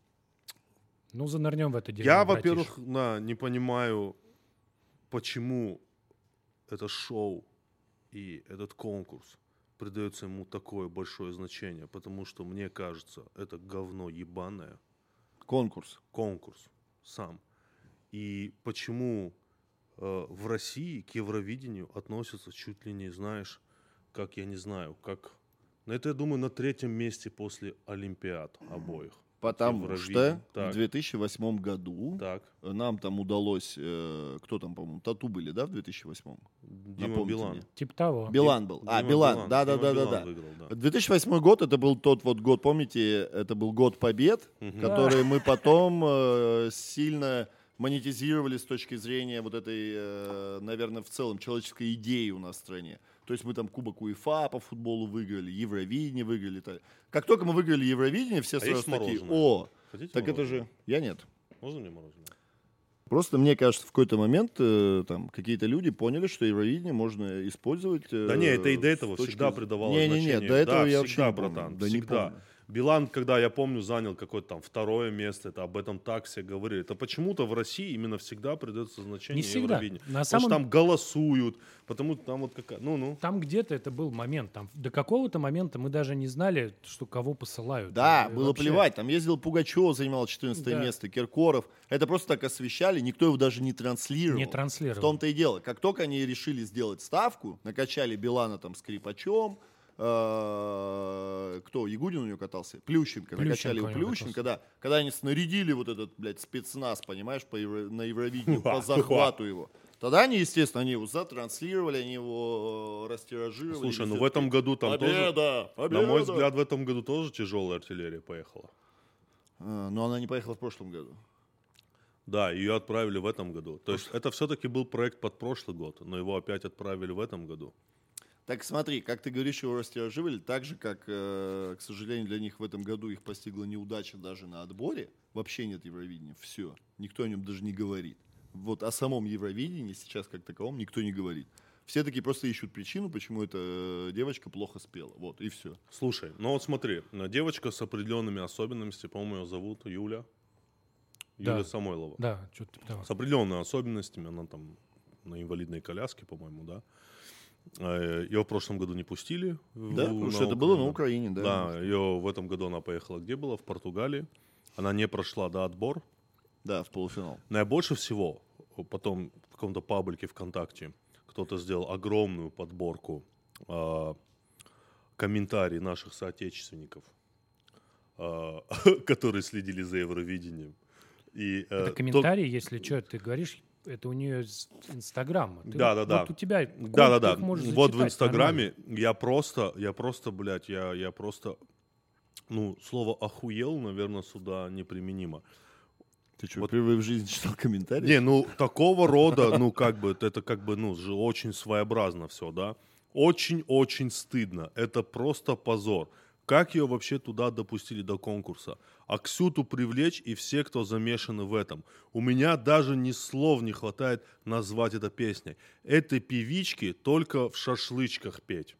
Ну, занырнем в это дело. Я, братиш. во-первых, не понимаю, почему это шоу и этот конкурс придается ему такое большое значение, потому что, мне кажется, это говно ебаное, Конкурс. конкурс сам. И почему в России к Евровидению относятся чуть ли не, знаешь, как, я не знаю, как... На это, я думаю, на 3-м месте после Олимпиад обоих. Потому что Евровидение. в Так. 2008 году Так. нам там удалось... кто там, по-моему, Тату были, да, в 2008? Дима Напомните Билан. мне. Типа того. Билан был. Дима Билан. Да. Дима Билан выиграл, да. 2008 год, это был тот вот год, помните, это был год побед, который мы потом сильно монетизировали с точки зрения вот этой, наверное, в целом человеческой идеи у нас в стране. То есть мы там Кубок УЕФА по футболу выиграли, Евровидение выиграли. Как только мы выиграли Евровидение, все сразу есть такие, мороженое? Хотите так это мороженое? же... Я нет. Можно мне мороженое? Просто мне кажется, в какой-то момент там какие-то люди поняли, что Евровидение можно использовать. Да не, это и до этого с точки всегда зрения- придавало Не-не-не, значение. до этого Да, я всегда, вообще не братан, помню. Да не всегда. помню. Билан, когда, я помню, занял какое-то там 2 место, это об этом так все говорили. Это почему-то в России именно всегда придается значение Не всегда. Евровидению. На Потому самом- что там голосуют, потому что там вот какая... Ну. Там где-то это был момент. Там, до какого-то момента мы даже не знали, что кого посылают. Да, И было вообще. плевать. Там ездил Пугачев, занимал 14 Да. место, Киркоров. Это просто так освещали, никто его даже не транслировал. Не транслировал. В том-то и дело. Как только они решили сделать ставку, накачали Билана там скрипачом, кто, Ягудин у него катался? Плющенко. Накачали его у него Плющенко, да. Когда они снарядили вот этот, блядь, спецназ, понимаешь, на Евровидении, по захвату его. Тогда они, естественно, они его затранслировали, они его растиражировали. Слушай, везде ну в этом такие, году там победа, тоже... победа! На мой взгляд, в этом году тоже тяжелая артиллерия поехала. Но она не поехала в прошлом году. Да, ее отправили в этом году. То есть это все-таки был проект под прошлый год, но его опять отправили в этом году. Так смотри, как ты говоришь, его растиражировали, так же, как, к сожалению, для них в этом году их постигла неудача даже на отборе. Вообще нет Евровидения, все. Никто о нем даже не говорит. Вот о самом Евровидении сейчас как таковом никто не говорит. Все такие просто ищут причину, почему эта девочка плохо спела. Вот, и все. Слушай, ну вот смотри, девочка с определенными особенностями, по-моему, ее зовут Юля. Да. Юля Самойлова. Да, что-то типа того. С определенными особенностями, она там на инвалидной коляске, по-моему, да. Ее в прошлом году не пустили. Да, потому что это было на Украине, да. Да, ее в этом году она поехала где была? В Португалии. Она не прошла, да, отбор. Да, в полуфинал. Но я больше всего потом в каком-то паблике ВКонтакте кто-то сделал огромную подборку комментариев наших соотечественников, которые следили за Евровидением. И, Это комментарии, если что, ты говоришь, это у нее из Инстаграма. Ты Да. Вот у тебя Да. их можешь Вот в зачитать Инстаграме нормально. я просто, блядь, я просто, слово охуел, наверное, сюда неприменимо. Ты что, Вот. впервые в жизни читал комментарии? Не, такого рода, это же очень своеобразно все, да. Очень-очень стыдно. Это просто позор. Как ее вообще туда допустили до конкурса? Аксюту привлечь и все, кто замешаны в этом. У меня даже ни слов не хватает назвать это песней. Этой певичке только в шашлычках петь.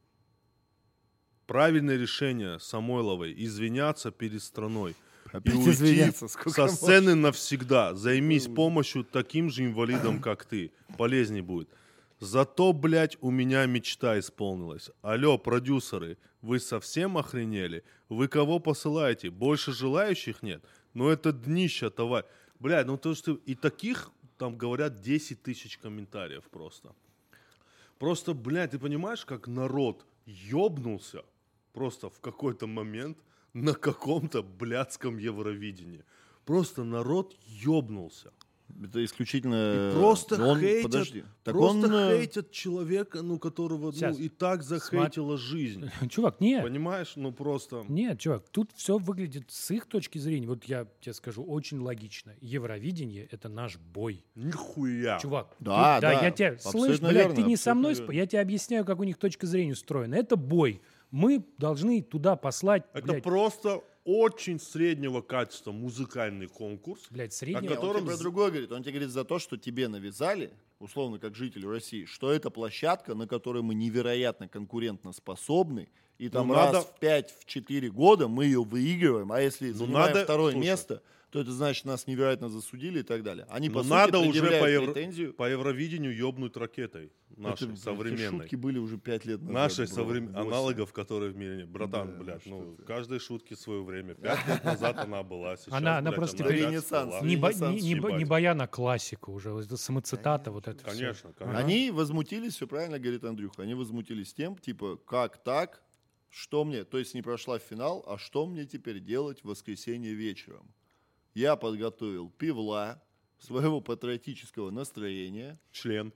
Правильное решение Самойловой — извиняться перед страной. Опять И уйти извиняться, сколько со можно? сцены навсегда. Займись помощью таким же инвалидам, как ты. Полезней будет. Зато, блядь, у меня мечта исполнилась. Алло, продюсеры, вы совсем охренели? Вы кого посылаете? Больше желающих нет? Ну это днище, товарищ. Блядь, то что и таких, там говорят, 10 тысяч комментариев просто. Просто, блядь, ты понимаешь, как народ ёбнулся просто в какой-то момент на каком-то блядском Евровидении. Просто народ ёбнулся. Это исключительно... И просто он, хейтят, подожди. Так просто он, хейтят человека, которого Сейчас. и так захейтила жизнь. Чувак, нет. Понимаешь? Просто... Нет, чувак, тут все выглядит с их точки зрения, вот я тебе скажу, очень логично. Евровидение — это наш бой. Нихуя. Чувак, Да, да, я тебя абсолютно слышь, блядь, верно, ты не со мной, абсолютно верно. я тебе объясняю, как у них точка зрения устроена. Это бой. Мы должны туда послать, Это блядь, просто очень среднего качества музыкальный конкурс. среднего. Не, он котором тебе про з- другое говорит. Он тебе говорит за то, что тебе навязали, условно, как жителю России, что это площадка, на которой мы невероятно конкурентно способны, и там раз надо- в 5-4 года мы ее выигрываем, а если занимаем надо- второе слушай. место, то это значит, нас невероятно засудили и так далее. Они, по Но сути, надо уже предъявляют претензию. по Евровидению ёбнуть ракетой нашей, Это, современной. шутки были уже 5 лет назад. Нашей бро, 8. аналогов, которые в мире нет. Братан, Да, блядь, что ты. каждой шутке свое время. 5 лет назад она была, сейчас, Она блядь, просто опять теперь Ренессанс. всплыла. Не, Ренессанс, не баян, а классика уже. Вот это самоцитата, вот это всё. Конечно, конечно. Они возмутились, все правильно говорит Андрюха, они возмутились тем, типа, как так, Что мне, то есть не прошла в финал, а что мне теперь делать в воскресенье вечером? Я подготовил пивла, своего патриотического настроения, Член.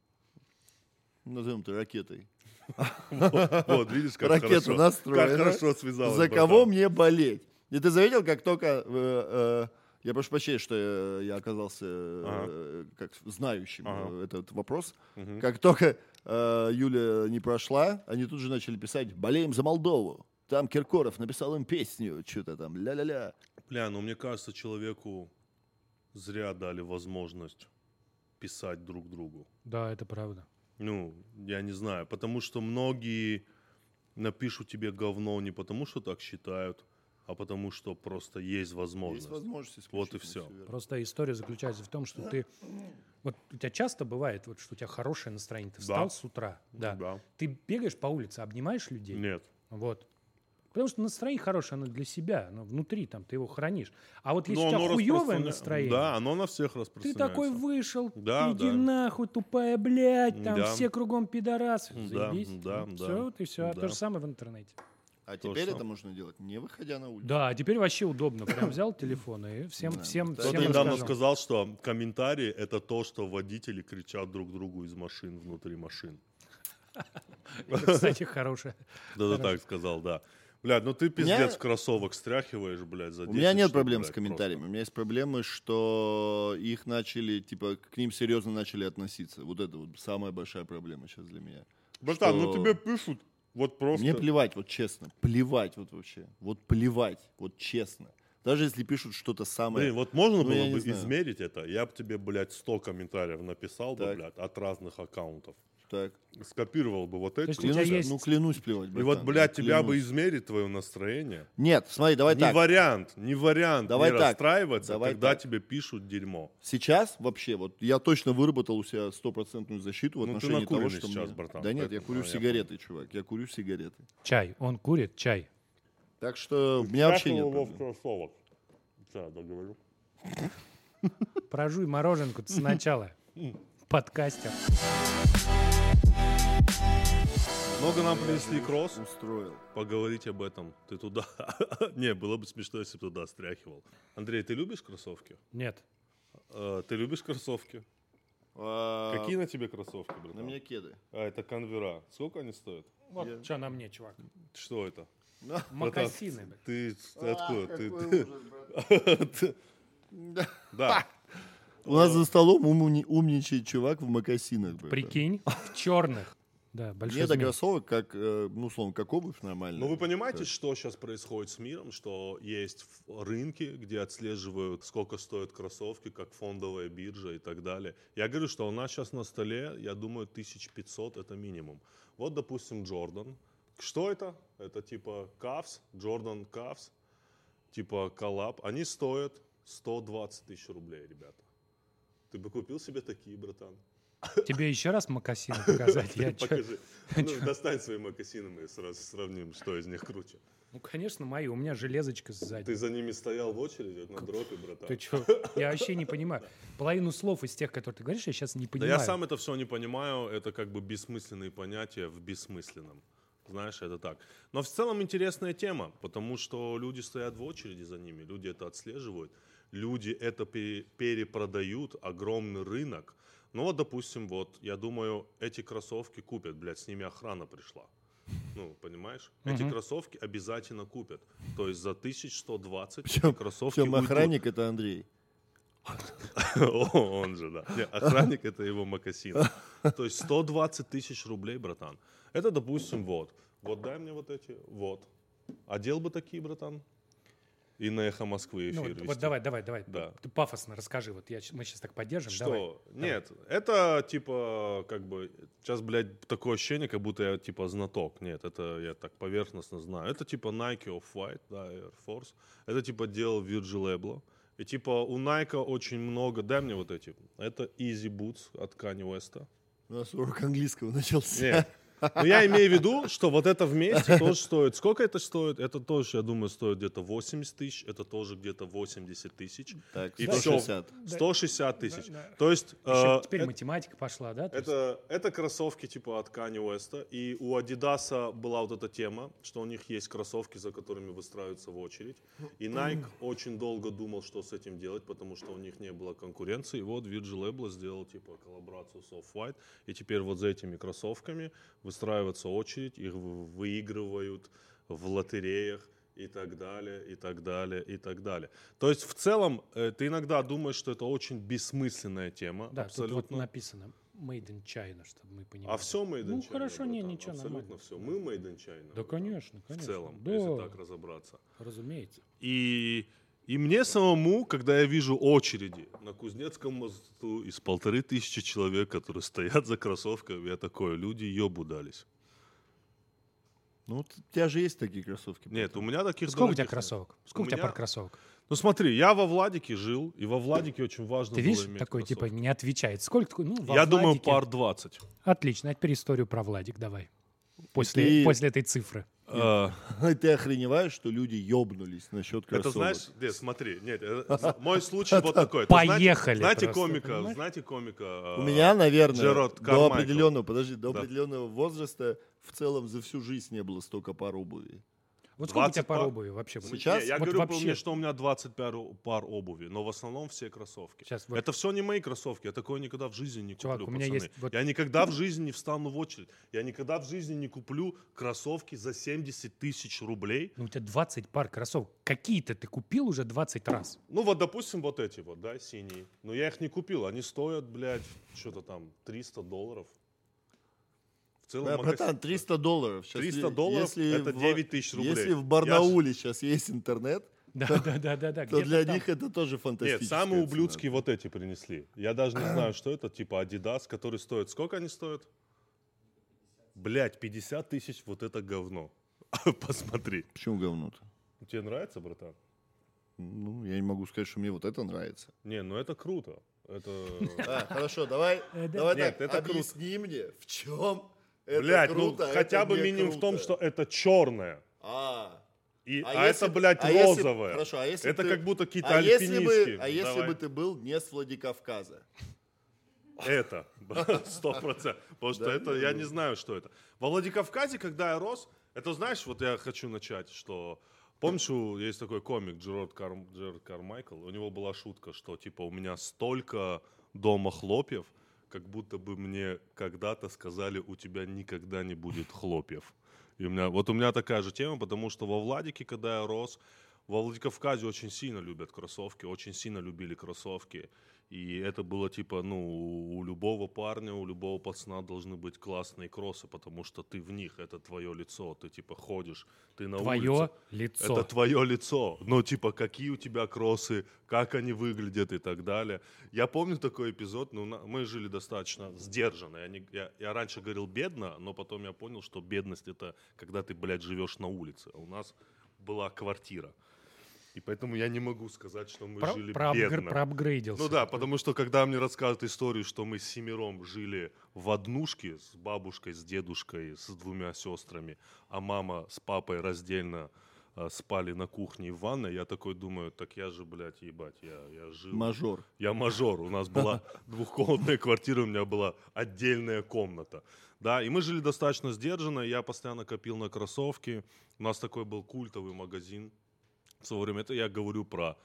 назовем это ракетой. Вот, видишь, как Ракета хорошо. настроена. Как хорошо связалось. За братан. кого мне болеть? И ты заметил, как только... Я прошу прощения, что я оказался как знающим этот вопрос. Как только Юля не прошла, они тут же начали писать «Болеем за Молдову». Там Киркоров написал им песню, что-то там, ля-ля-ля. Бля, ну мне кажется, человеку зря дали возможность писать друг другу. Да, это правда. Ну, я не знаю, потому что многие напишут тебе говно не потому, что так считают, а потому что просто есть возможность. Есть возможность Вот и исключительно, все. всё верно. Просто история заключается в том, что ты... Вот у тебя часто бывает, вот, что у тебя хорошее настроение. Ты встал Да. с утра, да. Да. Ты бегаешь по улице, обнимаешь людей. Нет. Вот. Потому что настроение хорошее, оно для себя, оно внутри, там, ты его хранишь. А вот если Но у тебя оно хуевое распространя- настроение, Да, оно на всех ты распространяется. такой вышел, Да, иди да. нахуй, тупая блядь, там Да. все кругом пидорасы. Да, Заебись. да, Ну, да. Все, вот и все. Да. То же самое в интернете. А То, теперь что- это можно делать, не выходя на улицу. Да, а теперь вообще удобно. Прям взял телефон и всем Да. Кто-то Всем недавно рассказал. сказал, что комментарии — это то, что водители кричат друг другу из машин, внутри машин. Это, кстати, хорошее. Да, так сказал, да. Блядь, ну ты меня- пиздец кроссовок стряхиваешь, блядь, за 10 У меня нет штук, проблем блядь, с комментариями. У меня есть проблемы, что их начали, типа, к ним серьезно начали относиться. Вот это вот самая большая проблема сейчас для меня. Братан, что- ну тебе пишут вот просто... Мне плевать, вот честно. Плевать вот вообще. Вот плевать, вот честно. Даже если пишут что-то самое... Блин, вот можно Ну, я было не бы знаю. измерить это, я бы тебе, блядь, 100 комментариев написал бы, Так. блядь, от разных аккаунтов. Так. Скопировал бы вот эти. есть у тебя есть- Ну, клянусь плевать, И братан, вот, блядь, ну, тебя бы клянусь. измерить твое настроение. Нет, смотри, давай Не так. вариант Давай не так. расстраиваться, Давай когда так. тебе пишут дерьмо. Сейчас вообще, вот я точно выработал у себя 100% защиту в Ну, ты отношении того, накуренный что сейчас, мне... братан, Да нет, я поэтому, курю я сигареты, чувак, я курю сигареты. Чай. Он курит чай. Так что у меня вообще нет проблем. кроссовок. Сейчас договорю. Прожуй мороженку сначала. Подкастер. Много нам принесли кросс. Устроил. Поговорить об этом. Ты туда... Не, было бы смешно, если бы туда стряхивал. Андрей, ты любишь кроссовки? Нет. Ты любишь кроссовки? Какие на тебе кроссовки, На братан? мне кеды. Это конвера. Сколько они стоят? Вот что на мне, чувак. Что это? Мокасины. блядь. Ты откуда? Какой Ты- ужас, брат. Да. У нас за столом умничает чувак в мокасинах. братан. Прикинь, в черных. Да, большой Мне до змей. кроссовок, как, ну, условно, как обувь нормальная. Ну вы понимаете, что сейчас происходит с миром, что есть рынки, где отслеживают, сколько стоят кроссовки, как фондовая биржа и так далее. Я говорю, что у нас сейчас на столе, я думаю, 1500 это минимум. Вот, допустим, Джордан. Что это? Это типа Cavs, Jordan Cavs, типа коллаб. Они стоят 120 тысяч рублей, ребята. Ты бы купил себе такие, братан? Тебе еще раз мокасины показать? Я чё- Покажи. Ну, достань свои мокасины, мы сразу сравним, что из них круче. Ну, конечно, мои. У меня железочка сзади. Ты за ними стоял в очереди на дропе, братан? Ты чё? Я вообще не понимаю. Половину слов из тех, которые ты говоришь, я сейчас не Да понимаю. я сам это все не понимаю, это как бы бессмысленные понятия в бессмысленном. Знаешь, это так. Но в целом интересная тема, потому что люди стоят в очереди за ними, люди это отслеживают, люди это перепродают, огромный рынок. Ну вот, допустим, вот, я думаю, эти кроссовки купят, блядь, с ними охрана пришла. Ну, понимаешь? Эти кроссовки обязательно купят. То есть за 1120 эти кроссовки Причем уйдут. охранник это Андрей. Он же, да. Не, охранник — это его мокасин. То есть 120 тысяч рублей, братан. Это, допустим, вот. Вот дай мне вот эти, вот. Одел бы такие, братан? И на «Эхо Москвы» Ну, эфир вот, вести. вот давай. Да. Ты пафосно расскажи. Вот мы сейчас так поддержим. Давай. Что? Нет, это типа, как бы, сейчас, блядь, такое ощущение, как будто я типа знаток. Нет, это я так поверхностно знаю. Это типа Nike Off-White, да, Air Force. Это типа делал Virgil Abloh. И типа у Nike очень много, дай мне вот эти. Это Easy Boots от Kanye West. У нас урок английского начался. Нет, Но я имею в виду, что вот это вместе тоже стоит. Сколько это стоит? Это тоже, я думаю, стоит где-то 80 тысяч. Это тоже где-то 80 тысяч. Так, И 160. всё, 160 тысяч. Да. То есть... Еще теперь математика пошла, да? То есть- Это кроссовки типа от Kanye West. И у Adidas была вот эта тема, что у них есть кроссовки, за которыми выстраиваются в очередь. И Nike очень долго думал, что с этим делать, потому что у них не было конкуренции. И вот Virgil Abloh сделал типа коллаборацию с Off-White. И теперь вот за этими кроссовками выстраивается очередь, их выигрывают в лотереях и так далее, и так далее, и так далее. То есть в целом ты иногда думаешь, что это очень бессмысленная тема. Да, абсолютно. тут вот написано Made in China, чтобы мы понимали. А все Made in Ну, China, хорошо, не, братан, ничего, абсолютно нормально. все. Мы Made in China. Да, братан, конечно, в конечно. целом, Да. если так разобраться. Разумеется. И мне самому, когда я вижу очереди на Кузнецком мосту из 1500 человек, которые стоят за кроссовками, я такой, люди ебу дались. Ну, вот у тебя же есть такие кроссовки. Нет, у меня таких Сколько у тебя дорогих нет. кроссовок? Сколько у тебя меня- пар кроссовок? Ну смотри, я во Владике жил, и во Владике очень важно Ты было видишь, иметь такой типа кроссовки. не отвечает. Сколько такой? Ну, во Я думаю, Владике. пар 20. Отлично, а теперь историю про Владик давай. Ты- После этой цифры. Ты охреневаешь, что люди ёбнулись насчет Это кроссовок. знаешь, нет, смотри, нет, мой случай вот такой. Ты Поехали Знаете просто, комика, понимаешь? У меня, наверное, Джерард до Кармайкл. определенного, Да. определенного возраста в целом за всю жизнь не было столько пар обуви. Вот сколько у тебя 20 пар пар? обуви вообще? Сейчас? Не, я Вот говорю, вообще. что у меня 20 пар обуви, но в основном все кроссовки. Сейчас вот- Это все не мои кроссовки, я такое никогда в жизни не Чувак, куплю, у меня пацаны. есть вот- Я никогда в жизни не встану в очередь. Я никогда в жизни не куплю кроссовки за 70 тысяч рублей. Ну, у тебя 20 пар кроссовок. Какие-то ты купил уже 20 раз. Ну вот, допустим, вот эти вот, да, синие. Но я их не купил, они стоят, блядь, что-то там $300. В целом, Братан, $300. Сейчас, $300 это 9 тысяч рублей. Если в Барнауле сейчас есть интернет, Да. то где-то для там. них это тоже Нет, фантастическая самые цена. ублюдские вот эти принесли. Я даже не знаю, что это, типа Adidas, который стоит... Сколько они стоят? Блять, 50 тысяч вот это говно. Посмотри. Почему говно-то? Тебе нравится, братан? Ну, я не могу сказать, что мне вот это нравится. Не, ну это круто. Это... Хорошо, давай Нет, так, это круто. объясни мне, в чем это Блять, ну круто, а хотя это бы не минимум в том, круто. что это черное. А А если это, б- блядь, а если б- розовое. хорошо, а если Это б ты- как будто какие-то а если альпинистки. бы, Давай. ты был не с Владикавказа? Это, 100%. Потому что это, я не знаю, что это. Во Владикавказе, когда я рос, это знаешь, вот я хочу начать, что... Помнишь, есть такой комик Джерард Кармайкл, у него была шутка, что типа у меня столько дома хлопьев, как будто бы мне когда-то сказали, у тебя никогда не будет хлопьев. И у меня такая же тема, потому что во Владике, когда я рос, во Владикавказе очень сильно любят кроссовки, очень сильно любили кроссовки. И это было типа, у любого парня, у любого пацана должны быть классные кроссы, потому что ты в них, это твое лицо, ты типа ходишь, ты на Твое улице. лицо. Это твое лицо. Ну, типа, какие у тебя кроссы, как они выглядят и так далее. Я помню такой эпизод, мы жили достаточно сдержанно. Я раньше говорил бедно, но потом я понял, что бедность это когда ты, блядь, живешь на улице. А у нас была квартира. И поэтому я не могу сказать, что мы жили бедно. Проапгрейдился. Ну да, потому что когда мне рассказывают историю, что мы с 7 жили в однушке с бабушкой, с дедушкой, с 2 сестрами, а мама с папой раздельно спали на кухне и в ванной, я такой думаю, так я же, блядь, ебать, я жил. Мажор. Я мажор. У нас была двухкомнатная квартира, у меня была отдельная комната. Да, и мы жили достаточно сдержанно, я постоянно копил на кроссовки. У нас такой был культовый магазин. В свое время это я говорю про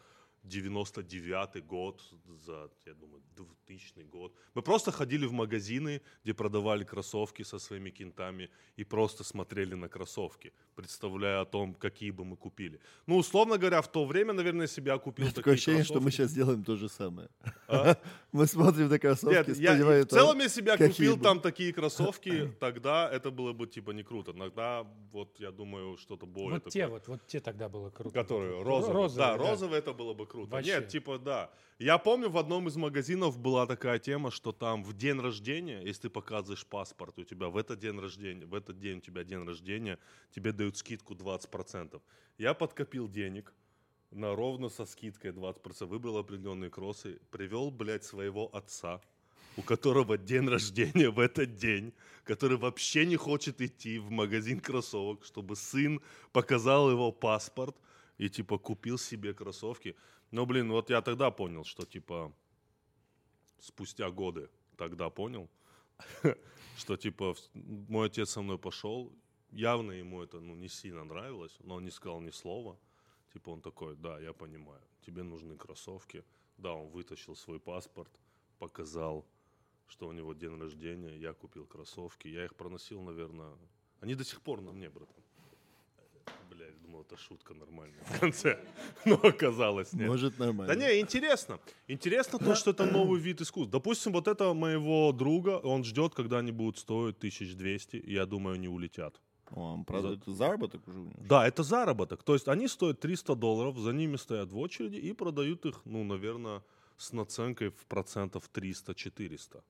99-й год, я думаю, 2000 год. Мы просто ходили в магазины, где продавали кроссовки со своими кентами и просто смотрели на кроссовки, представляя о том, какие бы мы купили. Ну, условно говоря, в то время, наверное, себя купил такие Такое ощущение, что мы кроссовки. сейчас делаем то же самое. А? Мы смотрим на кроссовки, Нет, вспоминаем в целом я себя какие купил бы. там такие кроссовки, тогда это было бы типа не круто. Иногда, вот я думаю, что-то более Вот такое. те, вот те тогда было круто. Которые розовые. Да, да. розовые это было бы круто. Вообще. Нет, типа, да. Я помню, в одном из магазинов была такая тема, что там в день рождения, если ты показываешь паспорт, у тебя в этот день у тебя день рождения, тебе дают скидку 20%. Я подкопил денег ровно со скидкой 20%, выбрал определенные кроссы, привел, блядь, своего отца, у которого день рождения в этот день, который вообще не хочет идти в магазин кроссовок, чтобы сын показал его паспорт и, типа, купил себе кроссовки. Но, блин, вот я тогда понял, что, типа, спустя годы тогда понял, что, типа, мой отец со мной пошел, явно ему это, не сильно нравилось, но он не сказал ни слова. Типа, он такой: да, я понимаю, тебе нужны кроссовки. Да, он вытащил свой паспорт, показал, что у него день рождения, я купил кроссовки, я их проносил, наверное, они до сих пор на мне, братан. Блядь, думал, это шутка нормальная в конце, но оказалось нет. Может, нормально. Да не, интересно. Интересно то, что это новый вид искусства. Допустим, вот это моего друга, он ждет, когда они будут стоить 1200, и я думаю, они улетят. Правда, это заработок уже у него? Да, это заработок. То есть они стоят $300, за ними стоят в очереди и продают их, наверное, с наценкой в процентов 300-400.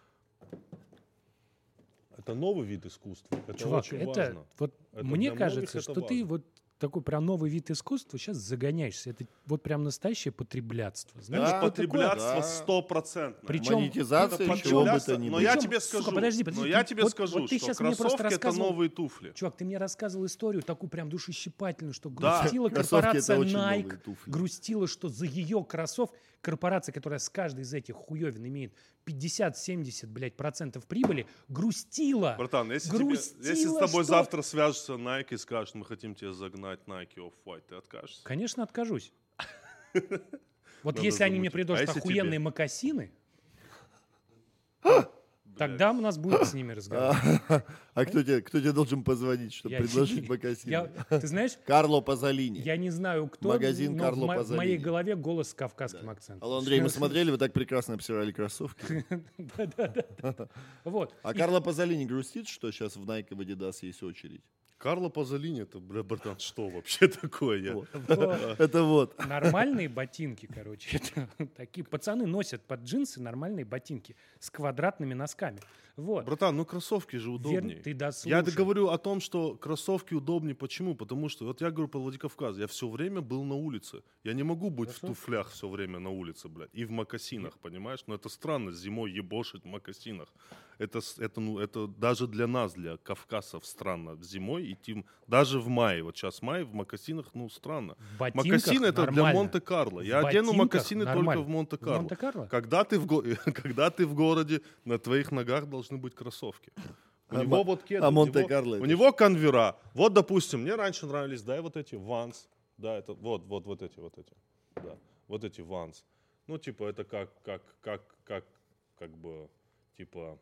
Это новый вид искусства. Это Чувак, очень это важно. вот Это мне для кажется, многих что это ты важно. вот такой прям новый вид искусства сейчас загоняешься. Это вот прям настоящее потреблятство. Знаешь, Да, что такое? Потребляться Да. 100%. Причем- Монетизация, Причем- чего бы то ни Но было. я Причем, тебе сука, скажу, подожди, но ты- я тебе вот скажу, ты что щас мне просто кроссовки — это рассказывал- новые туфли. Чувак, ты мне рассказывал историю такую прям душещипательную, что Да. грустила Кроссовки — это корпорация очень Nike, новые туфли. грустила, что за ее кроссовок корпорация, которая с каждой из этих хуевин имеет 50-70, блядь, процентов прибыли, грустила. Братан, если с грустила, тобой что- завтра свяжется Nike и скажет: мы хотим тебе загнать Nike Off-White, ты откажешься? Конечно, откажусь. Вот Надо если они мне замутить. предложат А если охуенные тебе? мокасины, тогда у нас будет с ними разговор. А кто тебе должен позвонить, чтобы Я предложить тебе- мокасины? Ты знаешь, Карло Пазолини. я не знаю, кто, Магазин но Карло в моей Пазолини. голове голос с кавказским акцентом. Алло, Андрей, мы смотрели, вы так прекрасно обсирали кроссовки. Вот. А И Карло Пазолини грустит, что сейчас в Nike, в Adidas есть очередь? Карло Пазолини — это, братан, что вообще такое? Вот. Это вот. нормальные ботинки, короче, это такие пацаны носят под джинсы нормальные ботинки с квадратными носками. Вот. Братан, кроссовки же удобнее. Ты дослушай. Я говорю о том, что кроссовки удобнее. Почему? Потому что, вот я говорю про Владикавказ, я все время был на улице. Я не могу быть в туфлях все время на улице, блядь. И в мокасинах, понимаешь? Но это странно, зимой ебошить в мокасинах. Это даже для нас, для кавказцев, странно. Зимой идти, даже в мае. Вот сейчас май, в мокасинах, странно. В ботинках Мокасины — это для нормально. Монте-Карло. В Я одену ботинках мокасины только нормально. в Монте-Карло. В Монте-Карло? Когда ты в городе, на твоих ногах должны быть кроссовки. У него вот кеды, а у него- Монте-Карло у это него конвера. Вот, допустим, мне раньше нравились, вот эти Vans. Да, это вот эти. Да, вот эти Vans. Типа, это как бы, типа,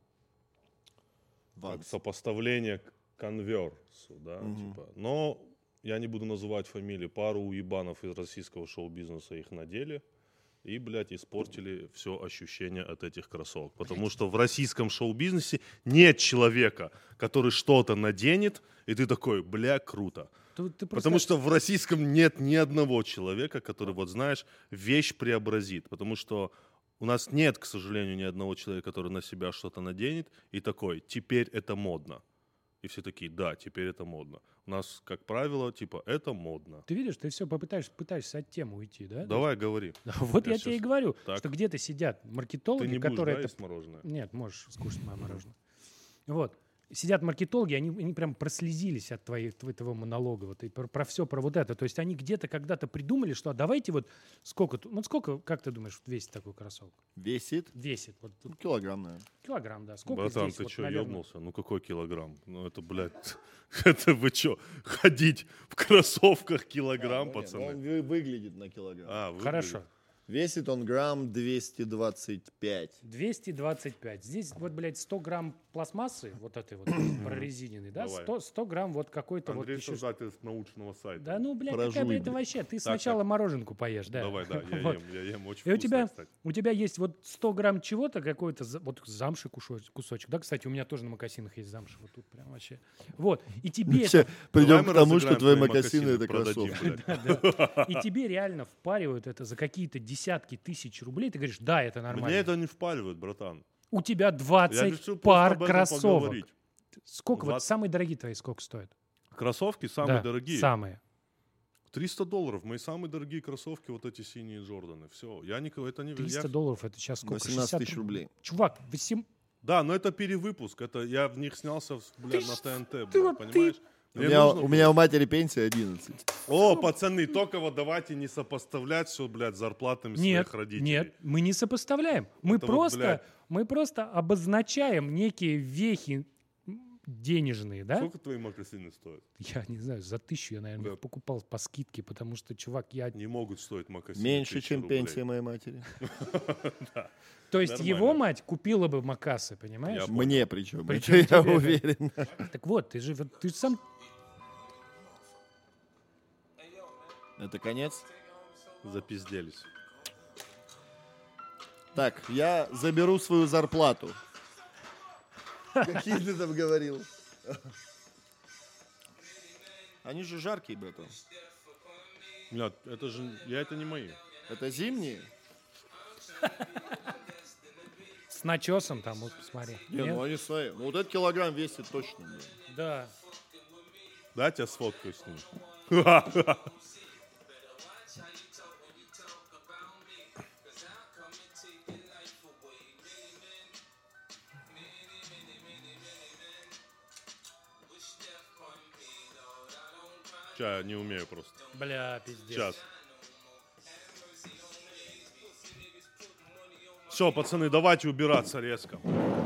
как сопоставление к конверсу, да, типа. Но я не буду называть фамилии. Пару уебанов из российского шоу-бизнеса их надели и, блядь, испортили все ощущение от этих кроссовок. Потому что в российском шоу-бизнесе нет человека, который что-то наденет, и ты такой: бля, круто. Ты просто- Потому что в российском нет ни одного человека, который, вот знаешь, вещь преобразит. Потому что у нас нет, к сожалению, ни одного человека, который на себя что-то наденет и такой: теперь это модно. И все такие: да, теперь это модно. У нас, как правило, типа, это модно. Ты видишь, ты все пытаешься от темы уйти, да? Давай, говори. Вот Я я тебе и щас- говорю, Так. что где-то сидят Ты маркетологи, не будешь, которые да, это... есть мороженое? Нет, можешь скушать мое мороженое. Вот. Сидят маркетологи, они прям прослезились от твоего монолога, вот, и про все, про вот это. То есть они где-то когда-то придумали, что давайте вот сколько, как ты думаешь, весит такой кроссовок? Весит? Весит, вот тут Килограмм, наверное. килограмм, да. Сколько Братан, здесь, ты вот, что, наверное? ёбнулся? Какой килограмм? Это, блядь, это вы что, ходить в кроссовках килограмм, пацаны? Он выглядит на килограмм. Выглядит. Хорошо. Весит он грамм 225. 225. Здесь вот, блядь, 100 грамм пластмассы, вот этой вот прорезиненной, да? Давай. 100 грамм вот какой-то вот Андрей еще... создатель научного сайта. Да ну, блядь, Прожуй, какая, блядь, это блядь. вообще? Ты сначала мороженку поешь, да? Давай, да, Вот. я ем очень И вкусно, кстати. у тебя есть вот 100 грамм чего-то, какой-то вот замши кусочек. Да, кстати, у меня тоже на мокасинах есть замши. Вот тут прям вообще. Вот. И тебе Все, это... придем Давай к мы тому, что разыграем твои мокасины это продадим, кроссовки. блядь. И тебе реально впаривают это за какие-то десятки тысяч рублей. Ты говоришь, да, это нормально. Мне это не впаливают, братан. У тебя Я 20 решил пар просто об этом кроссовок. поговорить. Сколько? Вот 20. самые дорогие твои сколько стоят? Кроссовки самые Да, дорогие. Самые. $300. Мои самые дорогие кроссовки, вот эти синие Джорданы. Все. Я никого, это не... $300 это сейчас сколько? 18 60 тысяч рублей. Чувак, 8... Да, но это перевыпуск. Это я в них снялся, блядь, на ТНТ, ты блядь, вот понимаешь? У меня у матери пенсия 11. О, пацаны, только вот давайте не сопоставлять все, блядь, с зарплатами Нет, своих родителей. нет, мы не сопоставляем. Мы Это вот, блядь. мы просто обозначаем некие вехи денежные, да? Сколько твои мокасины стоят? Я не знаю, за 1000 я, наверное, Да. их покупал по скидке, потому что, чувак, я... Не могут стоить мокасины. Меньше, 1000 чем рублей. пенсия моей матери. То есть Нормально. его мать купила бы макасы, понимаешь? Я Мне причем. Причем это я тебе, да. уверен. Так вот, ты сам... Это конец. Запизделись. Так, я заберу свою зарплату. Какие ты там говорил? Они же жаркие, братан. Блядь, это же... Это не мои. Это зимние? С начесом там, вот посмотри. Не, Нет? ну они свои. Ну вот этот килограмм весит точно. Блин. Да. Да, я тебя сфоткаю с ним. Я не умею просто. Бля, пиздец. Сейчас. Все, пацаны, давайте убираться резко.